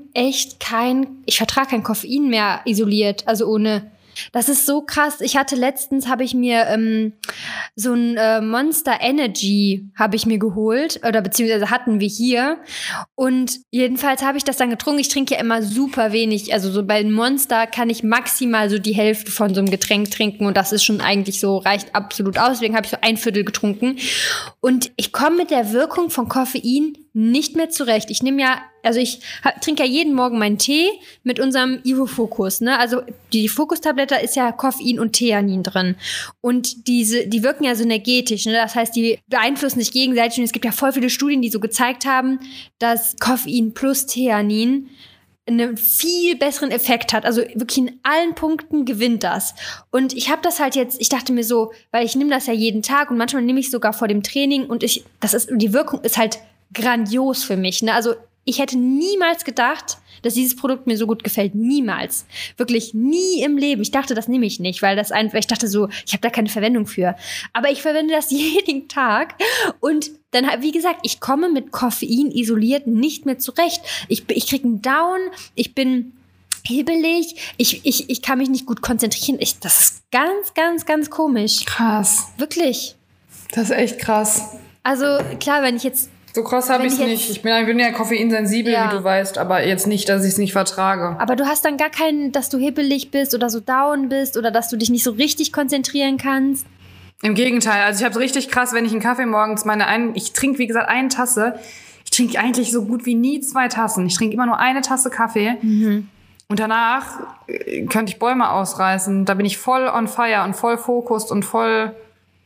vertrage kein Koffein mehr isoliert, also ohne. Das ist so krass. Habe ich mir so ein Monster Energy habe ich mir geholt oder beziehungsweise hatten wir hier und jedenfalls habe ich das dann getrunken. Ich trinke ja immer super wenig. Also so bei Monster kann ich maximal so die Hälfte von so einem Getränk trinken und das ist schon eigentlich so, reicht absolut aus. Deswegen habe ich so 1/4 getrunken und ich komme mit der Wirkung von Koffein nicht mehr zurecht. Ich trinke ja jeden Morgen meinen Tee mit unserem Ivo-Fokus, ne? Also die Fokus-Tablette ist ja Koffein und Theanin drin. Und die wirken ja synergetisch, ne? Das heißt, die beeinflussen sich gegenseitig. Und es gibt ja voll viele Studien, die so gezeigt haben, dass Koffein plus Theanin einen viel besseren Effekt hat. Also wirklich in allen Punkten gewinnt das. Und ich habe das halt jetzt, ich dachte mir so, weil ich nehme das ja jeden Tag und manchmal nehme ich sogar vor dem Training und die Wirkung ist halt grandios für mich, ne? Also ich hätte niemals gedacht, dass dieses Produkt mir so gut gefällt. Niemals. Wirklich nie im Leben. Ich dachte, das nehme ich nicht, weil ich dachte so, ich habe da keine Verwendung für. Aber ich verwende das jeden Tag. Und dann, wie gesagt, ich komme mit Koffein isoliert nicht mehr zurecht. Ich kriege einen Down, ich bin hibbelig, ich kann mich nicht gut konzentrieren. Das ist ganz, ganz, ganz komisch. Krass. Wirklich. Das ist echt krass. Also klar, wenn ich jetzt so krass habe ich es nicht. Ich bin ja koffeinsensibel, wie du weißt, aber jetzt nicht, dass ich es nicht vertrage. Aber du hast dann gar keinen, dass du hibbelig bist oder so down bist oder dass du dich nicht so richtig konzentrieren kannst? Im Gegenteil. Also ich habe es richtig krass, wenn ich einen Kaffee morgens ich trinke, wie gesagt, 1 Tasse. Ich trinke eigentlich so gut wie nie 2 Tassen. Ich trinke immer nur 1 Tasse Kaffee. Und danach könnte ich Bäume ausreißen. Da bin ich voll on fire und voll fokussiert und voll...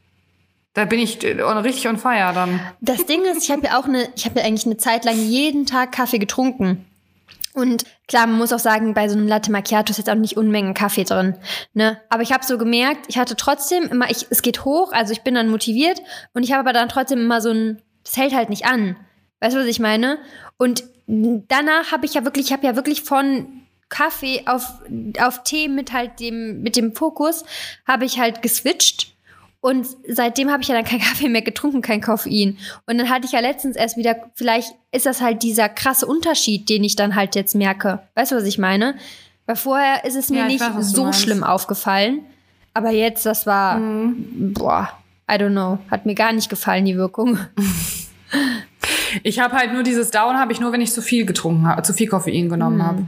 Da bin ich richtig on fire dann. Das Ding ist, ich habe ja eigentlich eine Zeit lang jeden Tag Kaffee getrunken. Und klar, man muss auch sagen, bei so einem Latte Macchiato ist jetzt auch nicht Unmengen Kaffee drin, ne? Aber ich habe so gemerkt, ich hatte trotzdem immer, es geht hoch, also ich bin dann motiviert und ich habe aber dann trotzdem immer das hält halt nicht an. Weißt du, was ich meine? Und danach habe ich ja wirklich von Kaffee auf Tee mit dem Fokus habe ich halt geswitcht. Und seitdem habe ich ja dann keinen Kaffee mehr getrunken, kein Koffein. Und dann hatte ich ja letztens erst wieder, vielleicht ist das halt dieser krasse Unterschied, den ich dann halt jetzt merke. Weißt du, was ich meine? Weil vorher ist es mir nicht so schlimm aufgefallen. Aber jetzt, das war, I don't know. Hat mir gar nicht gefallen, die Wirkung. Ich habe halt nur dieses Down, habe ich nur, wenn ich zu viel getrunken habe, zu viel Koffein genommen habe.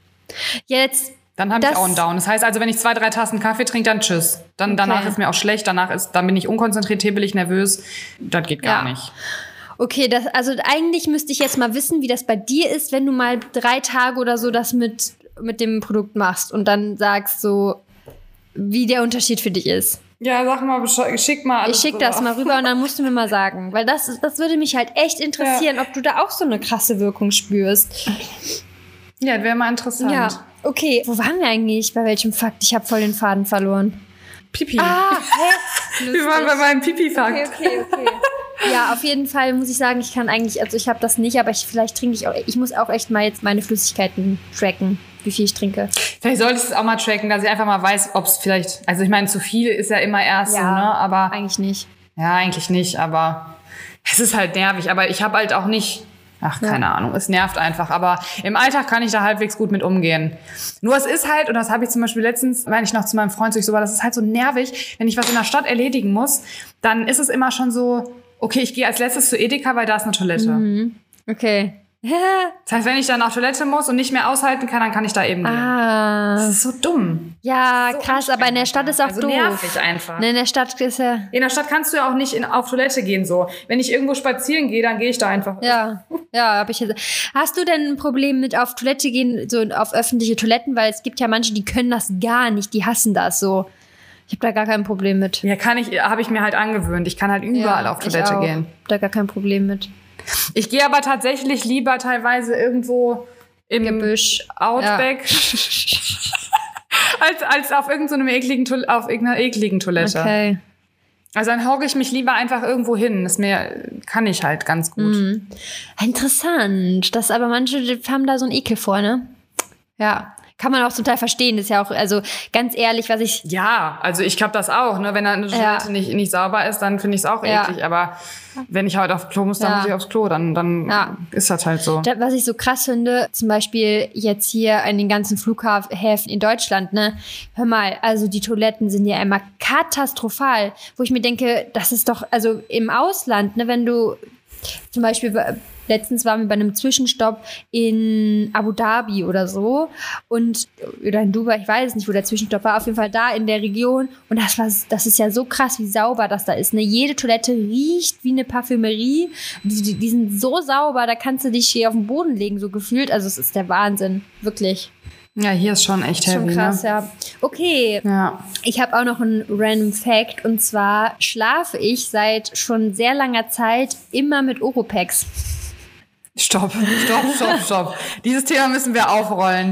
Dann habe ich auch einen Down. Das heißt also, wenn ich 2, 3 Tassen Kaffee trinke, dann tschüss. Danach ist mir auch schlecht, dann bin ich unkonzentriert, hibbelig, nervös. Das geht gar nicht. Okay, also eigentlich müsste ich jetzt mal wissen, wie das bei dir ist, wenn du mal 3 Tage oder so das mit dem Produkt machst und dann sagst so, wie der Unterschied für dich ist. Ja, sag mal, schick mal alles. Ich schick das mal rüber und dann musst du mir mal sagen. Weil das würde mich halt echt interessieren, ob du da auch so eine krasse Wirkung spürst. Ja, das wäre mal interessant. Ja. Okay, wo waren wir eigentlich? Bei welchem Fakt? Ich habe voll den Faden verloren. Pipi. Wir waren bei meinem Pipi-Fakt. Okay. Ja, auf jeden Fall muss ich sagen, ich kann eigentlich, also ich habe das nicht, aber vielleicht trinke ich auch, ich muss auch echt mal jetzt meine Flüssigkeiten tracken, wie viel ich trinke. Vielleicht sollte ich es auch mal tracken, dass ich einfach mal weiß, ob es vielleicht, also ich meine, zu viel ist ja immer erst so, ne? Aber eigentlich nicht. Ja, eigentlich nicht, aber es ist halt nervig. Aber ich habe halt auch nicht, Ach, keine Ahnung, es nervt einfach. Aber im Alltag kann ich da halbwegs gut mit umgehen. Nur es ist halt, und das habe ich zum Beispiel letztens, wenn ich noch zu meinem Freund so war, das ist halt so nervig, wenn ich was in der Stadt erledigen muss, dann ist es immer schon so, okay, ich gehe als letztes zu Edeka, weil da ist eine Toilette. Mhm. Okay. Das heißt, wenn ich dann auf Toilette muss und nicht mehr aushalten kann, dann kann ich da eben gehen. Das ist so dumm. Ja, so krass, aber in der Stadt ist auch doof. Nervig einfach. In der Stadt ist ja... In der Stadt kannst du ja auch nicht auf Toilette gehen so. Wenn ich irgendwo spazieren gehe, dann gehe ich da einfach. Ja, hab ich jetzt. Hast du denn ein Problem mit auf Toilette gehen, so auf öffentliche Toiletten? Weil es gibt ja manche, die können das gar nicht, die hassen das so. Ich habe da gar kein Problem mit. Ja, habe ich mir halt angewöhnt. Ich kann halt überall auf Toilette gehen. Ich habe da gar kein Problem mit. Ich gehe aber tatsächlich lieber teilweise irgendwo im Gebüsch, Outback als auf irgendeiner ekligen Toilette. Okay. Also dann hocke ich mich lieber einfach irgendwo hin. Kann ich halt ganz gut. Mhm. Interessant. Das aber manche haben da so einen Ekel vor, ne? Ja. Kann man auch zum Teil verstehen. Das ist ja auch, also ganz ehrlich, was ich... Ja, also ich habe das auch. Ne? Wenn eine Toilette nicht sauber ist, dann finde ich es auch eklig. Aber wenn ich halt aufs Klo muss, dann muss ich aufs Klo. Dann ist das halt so. Was ich so krass finde, zum Beispiel jetzt hier an den ganzen Flughäfen in Deutschland, ne? Hör mal, also die Toiletten sind ja immer katastrophal. Wo ich mir denke, das ist doch, also im Ausland, ne, wenn du zum Beispiel... Letztens waren wir bei einem Zwischenstopp in Abu Dhabi oder so oder in Dubai, ich weiß nicht, wo der Zwischenstopp war, auf jeden Fall da in der Region und das ist ja so krass, wie sauber das da ist. Ne? Jede Toilette riecht wie eine Parfümerie, die sind so sauber, da kannst du dich hier auf den Boden legen, so gefühlt, also es ist der Wahnsinn, wirklich. Ja, hier ist schon echt heavy, schon krass, ne? Ja. Okay, Ich habe auch noch einen random Fact und zwar schlafe ich seit schon sehr langer Zeit immer mit Oropax. Stopp. Dieses Thema müssen wir aufrollen.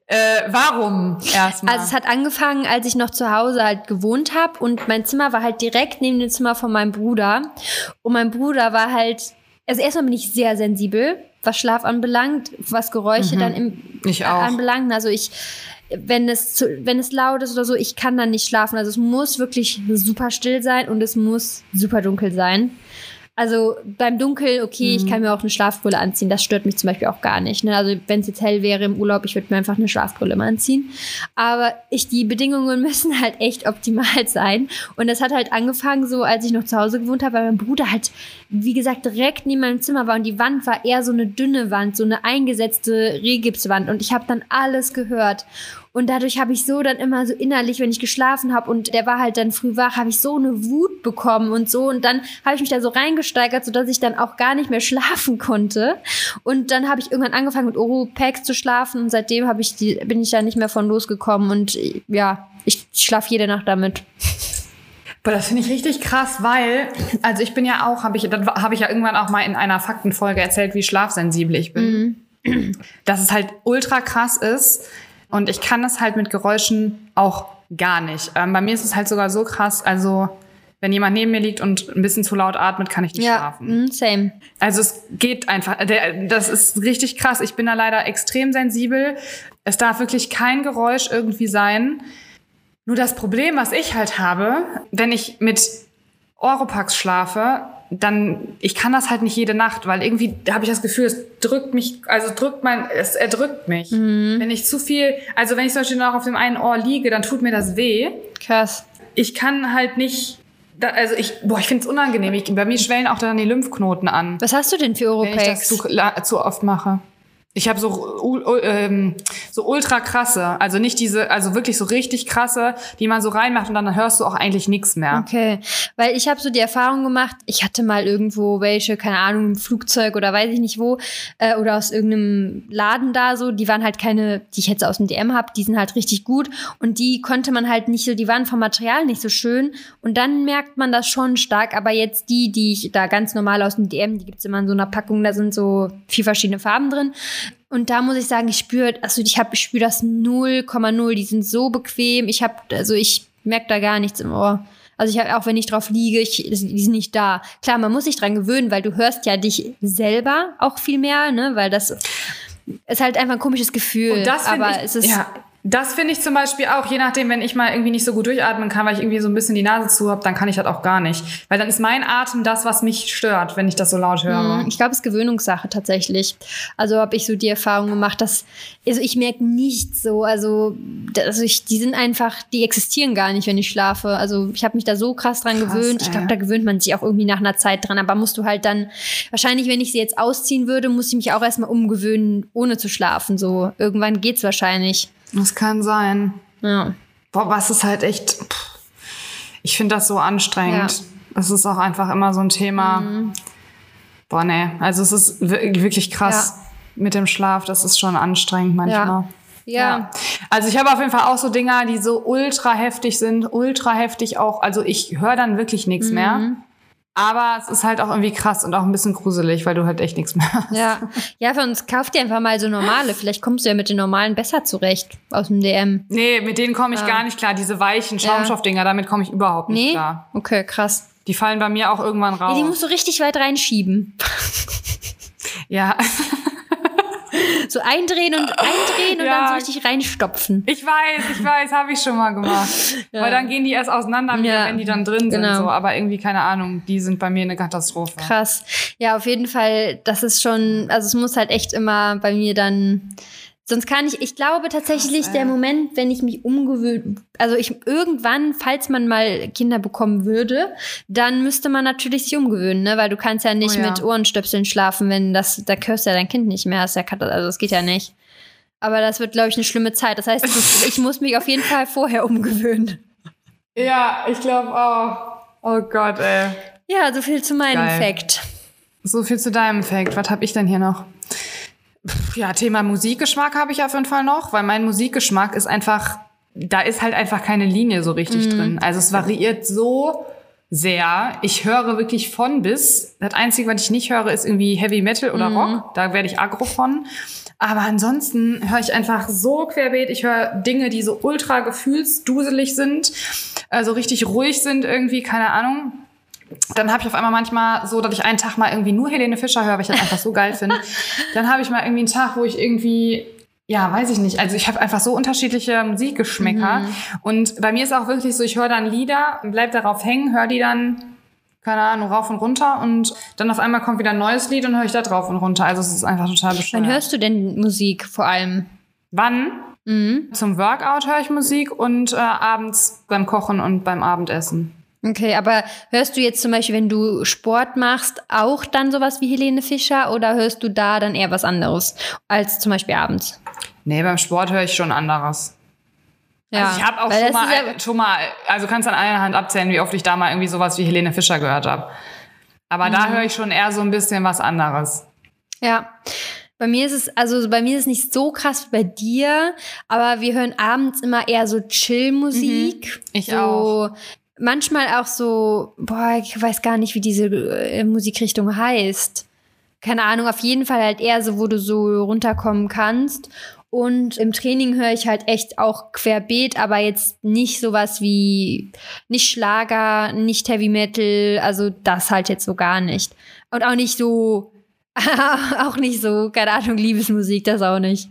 Warum erstmal? Also es hat angefangen, als ich noch zu Hause halt gewohnt habe und mein Zimmer war halt direkt neben dem Zimmer von meinem Bruder. Und mein Bruder war halt, also erstmal bin ich sehr sensibel, was Schlaf anbelangt, was Geräusche dann anbelangt. Also wenn es laut ist oder so, ich kann dann nicht schlafen. Also es muss wirklich super still sein und es muss super dunkel sein. Also beim Dunkeln, okay, ich kann mir auch eine Schlafbrille anziehen. Das stört mich zum Beispiel auch gar nicht. Ne? Also wenn es jetzt hell wäre im Urlaub, ich würde mir einfach eine Schlafbrille mal anziehen. Aber die Bedingungen müssen halt echt optimal sein. Und das hat halt angefangen so, als ich noch zu Hause gewohnt habe, weil mein Bruder halt, wie gesagt, direkt neben meinem Zimmer war. Und die Wand war eher so eine dünne Wand, so eine eingesetzte Rehgipswand. Und ich habe dann alles gehört. Und dadurch habe ich so dann immer so innerlich, wenn ich geschlafen habe und der war halt dann früh wach, habe ich so eine Wut bekommen und so. Und dann habe ich mich da so reingesteigert, sodass ich dann auch gar nicht mehr schlafen konnte. Und dann habe ich irgendwann angefangen mit Oropax zu schlafen und seitdem bin ich da nicht mehr von losgekommen. Und ja, ich schlafe jede Nacht damit. Boah, das finde ich richtig krass, weil, also ich bin ja auch, habe ich ja irgendwann auch mal in einer Faktenfolge erzählt, wie schlafsensibel ich bin. Dass es halt ultra krass ist. Und ich kann das halt mit Geräuschen auch gar nicht. Bei mir ist es halt sogar so krass, also wenn jemand neben mir liegt und ein bisschen zu laut atmet, kann ich nicht schlafen. Same. Also es geht einfach, das ist richtig krass. Ich bin da leider extrem sensibel. Es darf wirklich kein Geräusch irgendwie sein. Nur das Problem, was ich halt habe, wenn ich mit Oropax schlafe, dann, ich kann das halt nicht jede Nacht, weil irgendwie habe ich das Gefühl, es erdrückt mich. Wenn ich zu viel, also wenn ich zum Beispiel noch auf dem einen Ohr liege, dann tut mir das weh. Krass. Ich kann halt nicht, ich finde es unangenehm. Bei mir schwellen auch dann die Lymphknoten an. Was hast du denn für Oropax? Wenn ich das zu oft mache. Ich habe so ultra krasse, also nicht diese, also wirklich so richtig krasse, die man so reinmacht und dann hörst du auch eigentlich nichts mehr. Okay, weil ich habe so die Erfahrung gemacht, ich hatte mal irgendwo welche, keine Ahnung, im Flugzeug oder weiß ich nicht wo, oder aus irgendeinem Laden da so, die waren halt keine, die ich jetzt aus dem DM habe, die sind halt richtig gut und die konnte man halt nicht so, die waren vom Material nicht so schön und dann merkt man das schon stark, aber jetzt die ich da ganz normal aus dem DM, die gibt's immer in so einer Packung, da sind so 4 verschiedene Farben drin. Und da muss ich sagen, ich spüre das 0,0. Die sind so bequem. Ich merke da gar nichts im Ohr. Also auch wenn ich drauf liege, die sind nicht da. Klar, man muss sich dran gewöhnen, weil du hörst ja dich selber auch viel mehr, ne? Weil das ist halt einfach ein komisches Gefühl. Und das Das finde ich zum Beispiel auch, je nachdem, wenn ich mal irgendwie nicht so gut durchatmen kann, weil ich irgendwie so ein bisschen die Nase zu habe, dann kann ich das auch gar nicht. Weil dann ist mein Atem das, was mich stört, wenn ich das so laut höre. Ich glaube, es ist Gewöhnungssache tatsächlich. Also habe ich so die Erfahrung gemacht, dass ich merke nicht so, die sind einfach, die existieren gar nicht, wenn ich schlafe. Also ich habe mich da so krass dran gewöhnt. Ich glaube, da gewöhnt man sich auch irgendwie nach einer Zeit dran. Aber musst du halt dann, wahrscheinlich, wenn ich sie jetzt ausziehen würde, muss ich mich auch erstmal umgewöhnen, ohne zu schlafen. So, irgendwann geht's wahrscheinlich. Das kann sein. Ja. Boah, was ist halt echt, ich finde das so anstrengend. Es ist auch einfach immer so ein Thema. Boah, nee, also es ist wirklich krass mit dem Schlaf. Das ist schon anstrengend manchmal. Ja. Also ich habe auf jeden Fall auch so Dinger, die so ultra heftig sind, ultra heftig auch. Also ich höre dann wirklich nichts mehr. Aber es ist halt auch irgendwie krass und auch ein bisschen gruselig, weil du halt echt nichts mehr hast. Ja, für uns kauft dir einfach mal so normale. Vielleicht kommst du ja mit den normalen besser zurecht aus dem DM. Nee, mit denen komme ich gar nicht klar. Diese weichen Schaumstoffdinger, damit komme ich überhaupt nicht klar. Okay, krass. Die fallen bei mir auch irgendwann raus. Ja, die musst du richtig weit reinschieben. Ja. So eindrehen und dann so richtig reinstopfen. Ich weiß, habe ich schon mal gemacht. Weil dann gehen die erst auseinander, wenn die dann drin sind. So. Aber irgendwie, keine Ahnung, die sind bei mir eine Katastrophe. Krass. Ja, auf jeden Fall, das ist schon, also es muss halt echt immer bei mir dann, sonst kann ich glaube tatsächlich, der Moment, wenn ich mich umgewöhne, also irgendwann, falls man mal Kinder bekommen würde, dann müsste man natürlich sich umgewöhnen, ne? Weil du kannst ja nicht mit Ohrenstöpseln schlafen, wenn da hörst du ja dein Kind nicht mehr, also das geht ja nicht. Aber das wird, glaube ich, eine schlimme Zeit. Das heißt, ich muss mich auf jeden Fall vorher umgewöhnen. Ja, ich glaube auch. Oh Gott, ey. Ja, so viel zu meinem Fact. So viel zu deinem Fact. Was habe ich denn hier noch? Ja, Thema Musikgeschmack habe ich auf jeden Fall noch, weil mein Musikgeschmack ist einfach, da ist halt einfach keine Linie so richtig drin. Also es variiert so sehr. Ich höre wirklich von bis. Das Einzige, was ich nicht höre, ist irgendwie Heavy Metal oder Rock. Da werde ich aggro von. Aber ansonsten höre ich einfach so querbeet. Ich höre Dinge, die so ultra gefühlsduselig sind, also richtig ruhig sind irgendwie, keine Ahnung. Dann habe ich auf einmal manchmal so, dass ich einen Tag mal irgendwie nur Helene Fischer höre, weil ich das einfach so geil finde. Dann habe ich mal irgendwie einen Tag, wo ich irgendwie, ja, weiß ich nicht. Also ich habe einfach so unterschiedliche Musikgeschmäcker. Und bei mir ist auch wirklich so, ich höre dann Lieder und bleib darauf hängen, höre die dann, keine Ahnung, rauf und runter. Und dann auf einmal kommt wieder ein neues Lied und höre ich da drauf und runter. Also es ist einfach total bescheuert. Wann hörst du denn Musik vor allem? Wann? Zum Workout höre ich Musik und abends beim Kochen und beim Abendessen. Okay, aber hörst du jetzt zum Beispiel, wenn du Sport machst, auch dann sowas wie Helene Fischer oder hörst du da dann eher was anderes als zum Beispiel abends? Nee, beim Sport höre ich schon anderes. Ja, also ich habe auch schon mal, also kannst an einer Hand abzählen, wie oft ich da mal irgendwie sowas wie Helene Fischer gehört habe. Aber da höre ich schon eher so ein bisschen was anderes. Ja. Bei mir ist es nicht so krass wie bei dir, aber wir hören abends immer eher so Chill-Musik. Ich auch. Manchmal auch so, ich weiß gar nicht, wie diese Musikrichtung heißt. Keine Ahnung, auf jeden Fall halt eher so, wo du so runterkommen kannst. Und im Training höre ich halt echt auch querbeet, aber jetzt nicht sowas wie, nicht Schlager, nicht Heavy Metal, also das halt jetzt so gar nicht. Und auch nicht so, keine Ahnung, Liebesmusik, das auch nicht.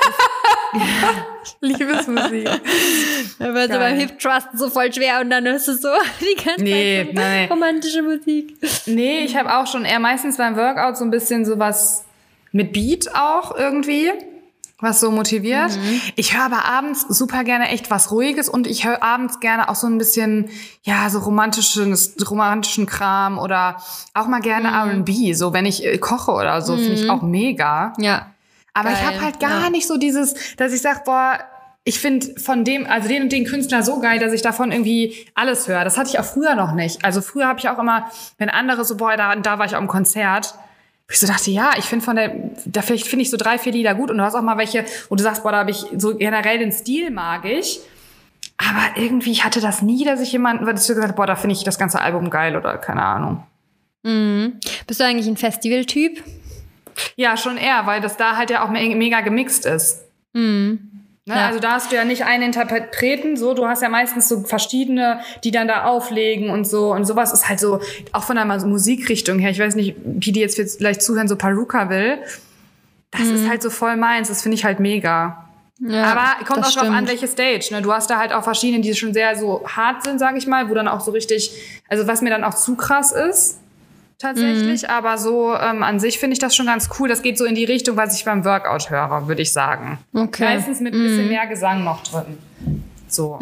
Liebesmusik. Aber so beim Hip Trust so voll schwer und dann hörst du so die ganze Zeit so romantische Musik. Nee, ich habe auch schon eher meistens beim Workout so ein bisschen sowas mit Beat auch irgendwie, was so motiviert. Ich höre aber abends super gerne echt was Ruhiges und ich höre abends gerne auch so ein bisschen, ja, so romantischen Kram oder auch mal gerne R&B, so wenn ich koche oder so, finde ich auch mega. Ja. Aber ich habe halt gar nicht so dieses, dass ich sage, ich finde von dem, also den und den Künstler so geil, dass ich davon irgendwie alles höre. Das hatte ich auch früher noch nicht. Also früher habe ich auch immer, wenn andere so, da war ich auf einem Konzert, wo ich so dachte, ja, ich finde vielleicht finde ich so 3, 4 Lieder gut und du hast auch mal welche, wo du sagst, da habe ich so generell den Stil mag ich. Aber irgendwie, ich hatte das nie, dass ich so gesagt habe, da finde ich das ganze Album geil oder keine Ahnung. Bist du eigentlich ein Festival-Typ? Ja, schon eher, weil das da halt ja auch mega gemixt ist. Ne? Ja. Also da hast du ja nicht einen Interpreten, so, du hast ja meistens so verschiedene, die dann da auflegen und so. Und sowas ist halt so, auch von der Musikrichtung her, ich weiß nicht, wie die jetzt vielleicht zuhören, so Peruka will. Das ist halt so voll meins, das finde ich halt mega. Ja, aber kommt auch drauf an, stimmt. welche Stage. Ne? Du hast da halt auch verschiedene, die schon sehr so hart sind, sag ich mal, wo dann auch so richtig, also was mir dann auch zu krass ist, tatsächlich. Aber so an sich finde ich das schon ganz cool. Das geht so in die Richtung, was ich beim Workout höre, würde ich sagen. Okay. Meistens mit ein bisschen mehr Gesang noch drin. So.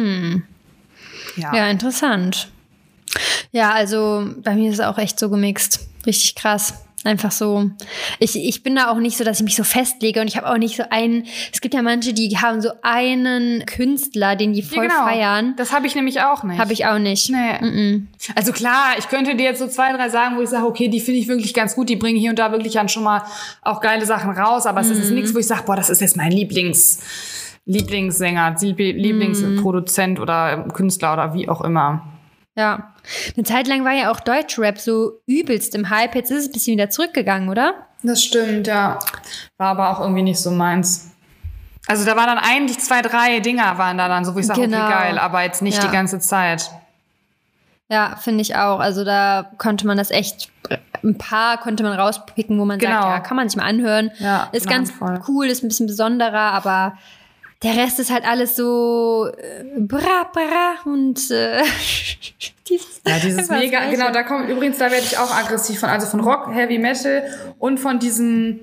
Ja, interessant. Ja, also bei mir ist es auch echt so gemixt. Richtig krass. Einfach so. Ich bin da auch nicht so, dass ich mich so festlege und ich habe auch nicht so es gibt ja manche, die haben so einen Künstler, den die voll feiern. Das habe ich nämlich auch nicht. Habe ich auch nicht. Nee. Also klar, ich könnte dir jetzt so 2, 3 sagen, wo ich sage, okay, die finde ich wirklich ganz gut, die bringen hier und da wirklich dann schon mal auch geile Sachen raus, aber es ist nichts, wo ich sage, boah, das ist jetzt mein Lieblingssänger, Lieblingsproduzent oder Künstler oder wie auch immer. Ja. Eine Zeit lang war ja auch Deutschrap so übelst im Hype. Jetzt ist es ein bisschen wieder zurückgegangen, oder? Das stimmt, ja. War aber auch irgendwie nicht so meins. Also da waren dann eigentlich 2, 3 Dinger waren da dann so, wo ich sage, okay, geil, aber jetzt nicht die ganze Zeit. Ja, finde ich auch. Also da konnte man das echt, ein paar konnte man rauspicken, wo man sagt, ja, kann man sich mal anhören. Ja, ist ganz cool, ist ein bisschen besonderer, aber der Rest ist halt alles so bra und dieses mega, genau, da kommt übrigens, da werde ich auch aggressiv von, also von Rock, Heavy Metal und von diesem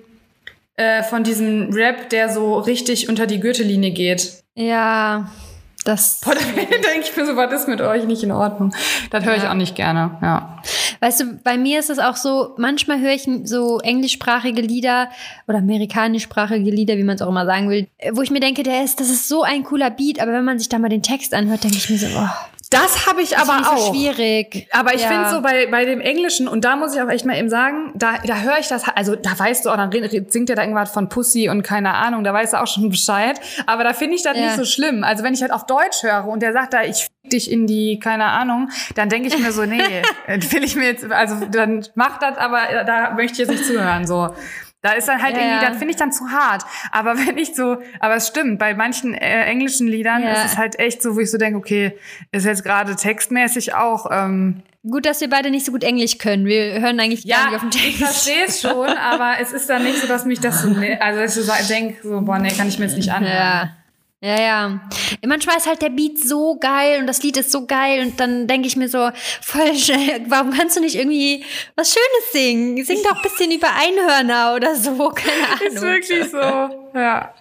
Rap, der so richtig unter die Gürtellinie geht. Ja, das... Boah, da denke ich mir so, was ist mit euch nicht in Ordnung? Das höre ich auch nicht gerne, ja. Weißt du, bei mir ist es auch so, manchmal höre ich so englischsprachige Lieder oder amerikanischsprachige Lieder, wie man es auch immer sagen will, wo ich mir denke, das ist so ein cooler Beat, aber wenn man sich da mal den Text anhört, denke ich mir so, das habe ich aber auch. So schwierig. Aber ich finde so bei dem Englischen, und da muss ich auch echt mal eben sagen, da höre ich das, also da weißt du auch, dann singt der da irgendwas von Pussy und keine Ahnung, da weißt du auch schon Bescheid. Aber da finde ich das nicht so schlimm. Also wenn ich halt auf Deutsch höre und der sagt da, ich fick dich in die, keine Ahnung, dann denke ich mir so, nee, will ich mir jetzt, also dann mach das, aber da möchte ich jetzt nicht zuhören, so. Da ist dann halt irgendwie, das finde ich dann zu hart. Aber aber es stimmt, bei manchen englischen Liedern ist es halt echt so, wo ich so denke, okay, ist jetzt gerade textmäßig auch. Gut, dass wir beide nicht so gut Englisch können. Wir hören eigentlich gar nicht auf den Text. Ich verstehe es schon, aber es ist dann nicht so, dass mich das so, also dass ich denke, so, boah, nee, kann ich mir jetzt nicht anhören. Ja. Manchmal ist halt der Beat so geil und das Lied ist so geil und dann denke ich mir so, voll schnell, warum kannst du nicht irgendwie was Schönes singen? Sing doch ein bisschen über Einhörner oder so, keine Ahnung. Ist wirklich so, ja.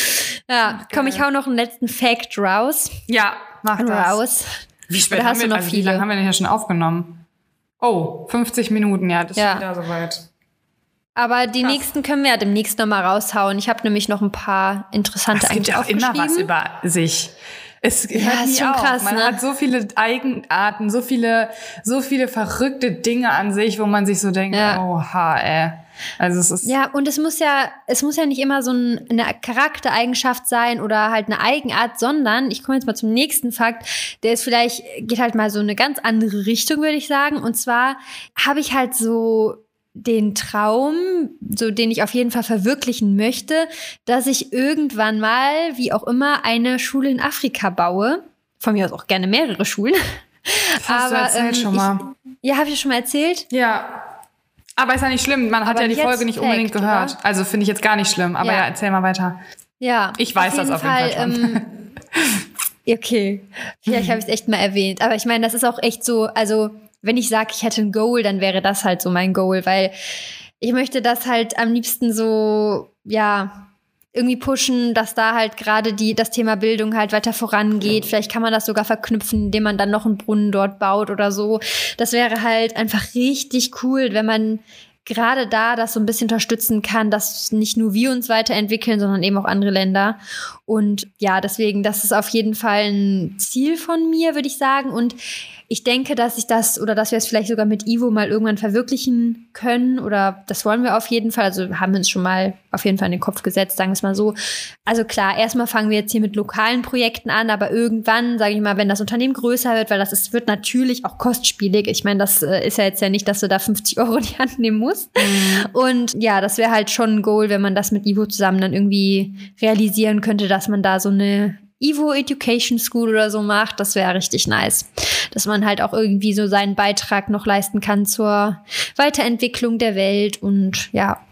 Ja, komm, ich hau noch einen letzten Fact raus. Ja, mach das. Raus. Wie spät hast du noch viele? Wie lange haben wir denn hier schon aufgenommen? Oh, 50 Minuten, ja, das ist schon wieder soweit. Aber die nächsten können wir ja demnächst noch mal raushauen. Ich habe nämlich noch ein paar interessante eigentlich aufgeschrieben. Es gibt ja auch immer was über sich. Es hört nie ist schon auf. krass, Man hat so viele Eigenarten, so viele verrückte Dinge an sich, wo man sich so denkt, oha, ey. Also es ist und es muss ja nicht immer so eine Charaktereigenschaft sein oder halt eine Eigenart, sondern ich komme jetzt mal zum nächsten Fakt, geht halt mal so eine ganz andere Richtung, würde ich sagen. Und zwar habe ich halt so den Traum, so den ich auf jeden Fall verwirklichen möchte, dass ich irgendwann mal, wie auch immer, eine Schule in Afrika baue. Von mir aus auch gerne mehrere Schulen. Hast du erzählt schon mal. Habe ich schon mal erzählt? Ja. Aber ist ja nicht schlimm, man hat ja die Folge nicht unbedingt gehört. Oder? Also finde ich jetzt gar nicht schlimm, aber ja, erzähl mal weiter. Ja. Ich weiß das auf jeden Fall schon. Okay, vielleicht habe ich es echt mal erwähnt. Aber ich meine, das ist auch echt so, also wenn ich sage, ich hätte ein Goal, dann wäre das halt so mein Goal, weil ich möchte das halt am liebsten so, irgendwie pushen, dass da halt gerade das Thema Bildung halt weiter vorangeht. Vielleicht kann man das sogar verknüpfen, indem man dann noch einen Brunnen dort baut oder so. Das wäre halt einfach richtig cool, wenn man gerade da das so ein bisschen unterstützen kann, dass nicht nur wir uns weiterentwickeln, sondern eben auch andere Länder. Und ja, deswegen, das ist auf jeden Fall ein Ziel von mir, würde ich sagen. Und ich denke, dass dass wir es vielleicht sogar mit Ivo mal irgendwann verwirklichen können, oder das wollen wir auf jeden Fall. Also haben wir uns schon mal auf jeden Fall in den Kopf gesetzt, sagen wir es mal so. Also klar, erstmal fangen wir jetzt hier mit lokalen Projekten an, aber irgendwann, sage ich mal, wenn das Unternehmen größer wird, weil wird natürlich auch kostspielig. Ich meine, das ist ja jetzt ja nicht, dass du da 50 € in die Hand nehmen musst. Und ja, das wäre halt schon ein Goal, wenn man das mit Ivo zusammen dann irgendwie realisieren könnte, dass man da so eine Ivo Education School oder so macht. Das wäre richtig nice. Dass man halt auch irgendwie so seinen Beitrag noch leisten kann zur Weiterentwicklung der Welt und ja.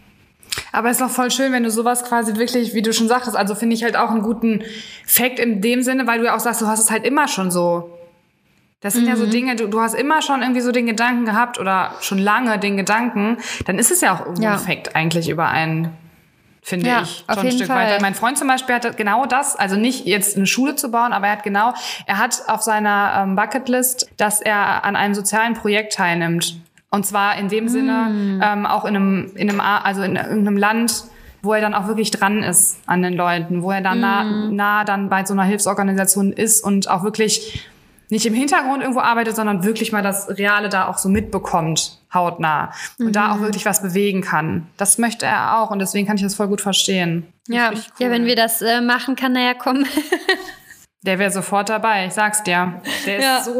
Aber es ist doch voll schön, wenn du sowas quasi wirklich, wie du schon sagtest, also finde ich halt auch einen guten Fact in dem Sinne, weil du ja auch sagst, du hast es halt immer schon so. Das sind ja so Dinge, du hast immer schon irgendwie so den Gedanken gehabt oder schon lange den Gedanken, dann ist es ja auch irgendwo ein Fact eigentlich über einen, finde ich, schon ein Stück weit. Weil mein Freund zum Beispiel hatte genau das, also nicht jetzt eine Schule zu bauen, aber er hat auf seiner Bucketlist, dass er an einem sozialen Projekt teilnimmt. Und zwar in dem Sinne auch in einem Land, wo er dann auch wirklich dran ist an den Leuten, wo er dann nah dann bei so einer Hilfsorganisation ist und auch wirklich nicht im Hintergrund irgendwo arbeitet, sondern wirklich mal das Reale da auch so mitbekommt, hautnah. Und da auch wirklich was bewegen kann. Das möchte er auch und deswegen kann ich das voll gut verstehen. Ja, cool. Ja, wenn wir das machen, kann er ja kommen. Der wäre sofort dabei, ich sag's dir. Der ist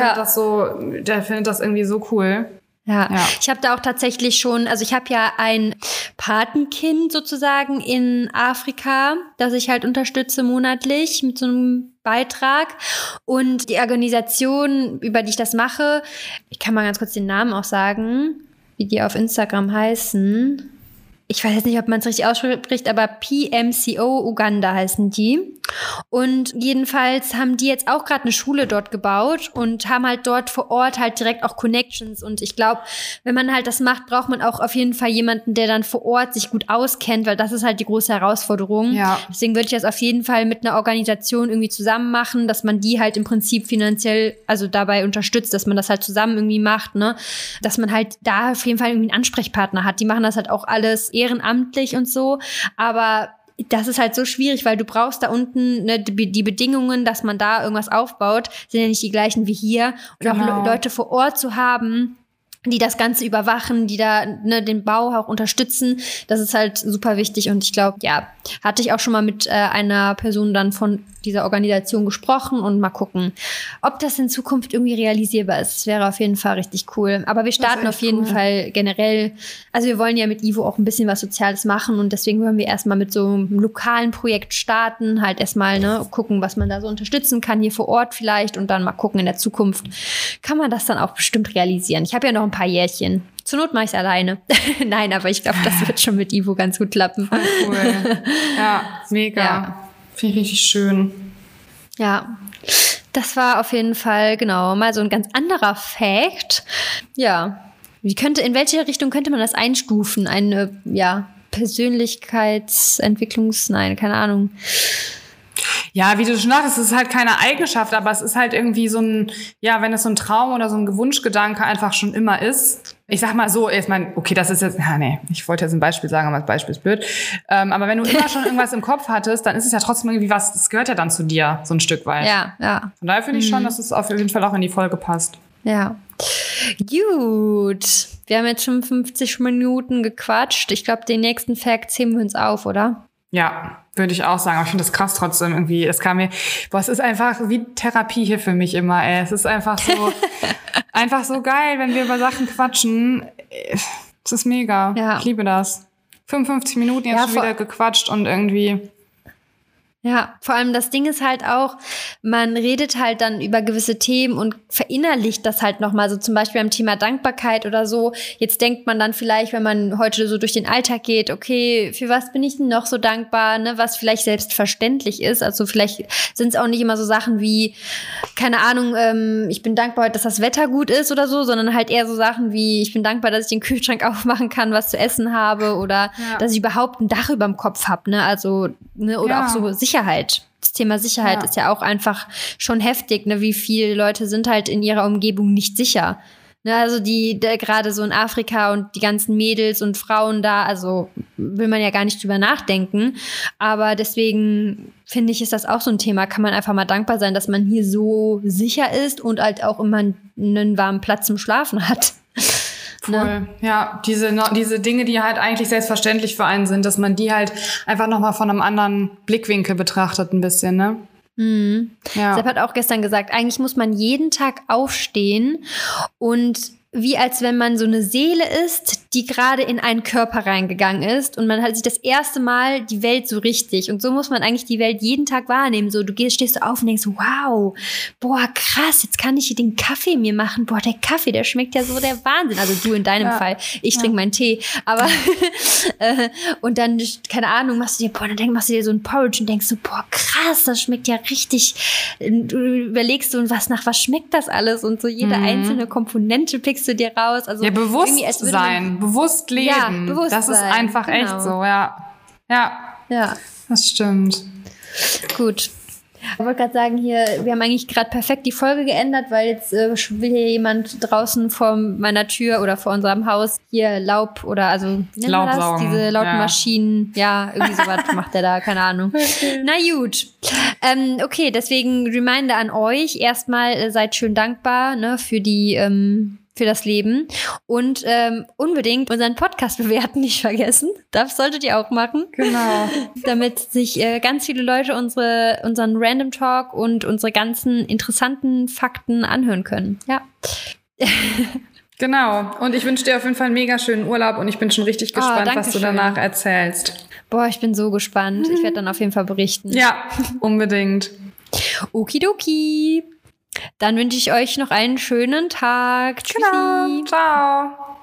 der findet das irgendwie so cool. Ja, ich habe da auch tatsächlich schon, also ich habe ja ein Patenkind sozusagen in Afrika, das ich halt unterstütze monatlich mit so einem Beitrag. Und die Organisation, über die ich das mache, ich kann mal ganz kurz den Namen auch sagen, wie die auf Instagram heißen. Ich weiß jetzt nicht, ob man es richtig ausspricht, aber PMCO Uganda heißen die. Und jedenfalls haben die jetzt auch gerade eine Schule dort gebaut und haben halt dort vor Ort halt direkt auch Connections. Und ich glaube, wenn man halt das macht, braucht man auch auf jeden Fall jemanden, der dann vor Ort sich gut auskennt, weil das ist halt die große Herausforderung. Ja. Deswegen würde ich das auf jeden Fall mit einer Organisation irgendwie zusammen machen, dass man die halt im Prinzip finanziell, also dabei unterstützt, dass man das halt zusammen irgendwie macht, ne? Dass man halt da auf jeden Fall irgendwie einen Ansprechpartner hat. Die machen das halt auch alles ehrenamtlich und so, aber das ist halt so schwierig, weil du brauchst da unten, ne, die Bedingungen, dass man da irgendwas aufbaut, sind ja nicht die gleichen wie hier. Und auch Leute vor Ort zu haben, die das Ganze überwachen, die da den Bau auch unterstützen, das ist halt super wichtig. Und ich glaube, ja, hatte ich auch schon mal mit einer Person dann von dieser Organisation gesprochen und mal gucken, ob das in Zukunft irgendwie realisierbar ist. Das wäre auf jeden Fall richtig cool. Aber wir starten auf jeden Fall generell, also wir wollen ja mit Ivo auch ein bisschen was Soziales machen und deswegen wollen wir erstmal mit so einem lokalen Projekt starten, halt erstmal gucken, was man da so unterstützen kann hier vor Ort vielleicht und dann mal gucken, in der Zukunft kann man das dann auch bestimmt realisieren. Ich habe ja noch ein paar Jährchen. Zur Not mache ich es alleine. Nein, aber ich glaube, das wird schon mit Ivo ganz gut klappen. Voll cool. Ja, mega. Ja. Finde ich richtig schön. Ja, das war auf jeden Fall, genau, mal so ein ganz anderer Fact. Ja, in welche Richtung könnte man das einstufen? Eine, keine Ahnung. Ja, wie du schon sagst, es ist halt keine Eigenschaft, aber es ist halt irgendwie so ein, wenn es so ein Traum oder so ein Wunschgedanke einfach schon immer ist. Ich sag mal so, ich meine, okay, das ist jetzt, ich wollte jetzt ein Beispiel sagen, aber das Beispiel ist blöd. Aber wenn du immer schon irgendwas im Kopf hattest, dann ist es ja trotzdem irgendwie was, das gehört ja dann zu dir, so ein Stück weit. Ja. Von daher finde ich schon, dass es auf jeden Fall auch in die Folge passt. Ja. Gut. Wir haben jetzt schon 50 Minuten gequatscht. Ich glaube, den nächsten Fact heben wir uns auf, oder? Ja, würde ich auch sagen. Aber ich finde das krass trotzdem irgendwie. Es kam mir, es ist einfach wie Therapie hier für mich immer, ey. Es ist einfach so, einfach so geil, wenn wir über Sachen quatschen. Es ist mega. Ja. Ich liebe das. 55 Minuten jetzt schon wieder gequatscht und irgendwie. Ja, vor allem das Ding ist halt auch, man redet halt dann über gewisse Themen und verinnerlicht das halt nochmal, so zum Beispiel beim Thema Dankbarkeit oder so. Jetzt denkt man dann vielleicht, wenn man heute so durch den Alltag geht, okay, für was bin ich denn noch so dankbar, ne, was vielleicht selbstverständlich ist. Also vielleicht sind es auch nicht immer so Sachen wie, keine Ahnung, ich bin dankbar heute, dass das Wetter gut ist oder so, sondern halt eher so Sachen wie, ich bin dankbar, dass ich den Kühlschrank aufmachen kann, was zu essen habe oder dass ich überhaupt ein Dach über dem Kopf habe, ne, also, ne, oder auch so Sicherheit. Das Thema Sicherheit ist ja auch einfach schon heftig, ne? Wie viele Leute sind halt in ihrer Umgebung nicht sicher. Ne? Also die gerade so in Afrika und die ganzen Mädels und Frauen da, also will man ja gar nicht drüber nachdenken. Aber deswegen finde ich, ist das auch so ein Thema. Kann man einfach mal dankbar sein, dass man hier so sicher ist und halt auch immer einen warmen Platz zum Schlafen hat. Voll. Ne? Ja, diese Dinge, die halt eigentlich selbstverständlich für einen sind, dass man die halt einfach nochmal von einem anderen Blickwinkel betrachtet ein bisschen, ne? Mhm. Ja. Sepp hat auch gestern gesagt, eigentlich muss man jeden Tag aufstehen und wie als wenn man so eine Seele ist, die gerade in einen Körper reingegangen ist und man hat sich das erste Mal die Welt so richtig. Und so muss man eigentlich die Welt jeden Tag wahrnehmen. So, stehst du auf und denkst, wow, boah, krass, jetzt kann ich hier den Kaffee mir machen. Boah, der Kaffee, der schmeckt ja so der Wahnsinn. Also du in deinem Fall. Ich trinke meinen Tee. Aber und dann, keine Ahnung, machst du dir so ein Porridge und denkst so, boah, krass, das schmeckt ja richtig. Du überlegst so, nach was schmeckt das alles? Und so jede einzelne Komponente pickst du dir raus. Also bewusst sein, bewusst leben. Ja, bewusst das ist einfach echt so, ja. Das stimmt. Gut. Ich wollte gerade sagen, wir haben eigentlich gerade perfekt die Folge geändert, weil jetzt will hier jemand draußen vor meiner Tür oder vor unserem Haus hier Laub oder Laubsaugen. Diese lauten Maschinen. Ja, irgendwie sowas macht der da, keine Ahnung. Okay. Na gut. Okay, deswegen Reminder an euch. Erstmal seid schön dankbar, ne, für das Leben und unbedingt unseren Podcast bewerten nicht vergessen. Das solltet ihr auch machen. Genau. Damit sich ganz viele Leute unseren Random Talk und unsere ganzen interessanten Fakten anhören können. Ja. Genau. Und ich wünsche dir auf jeden Fall einen mega schönen Urlaub und ich bin schon richtig gespannt, was du danach erzählst. Boah, ich bin so gespannt. Ich werde dann auf jeden Fall berichten. Ja, unbedingt. Okidoki. Dann wünsche ich euch noch einen schönen Tag. Tschüssi. Genau. Ciao.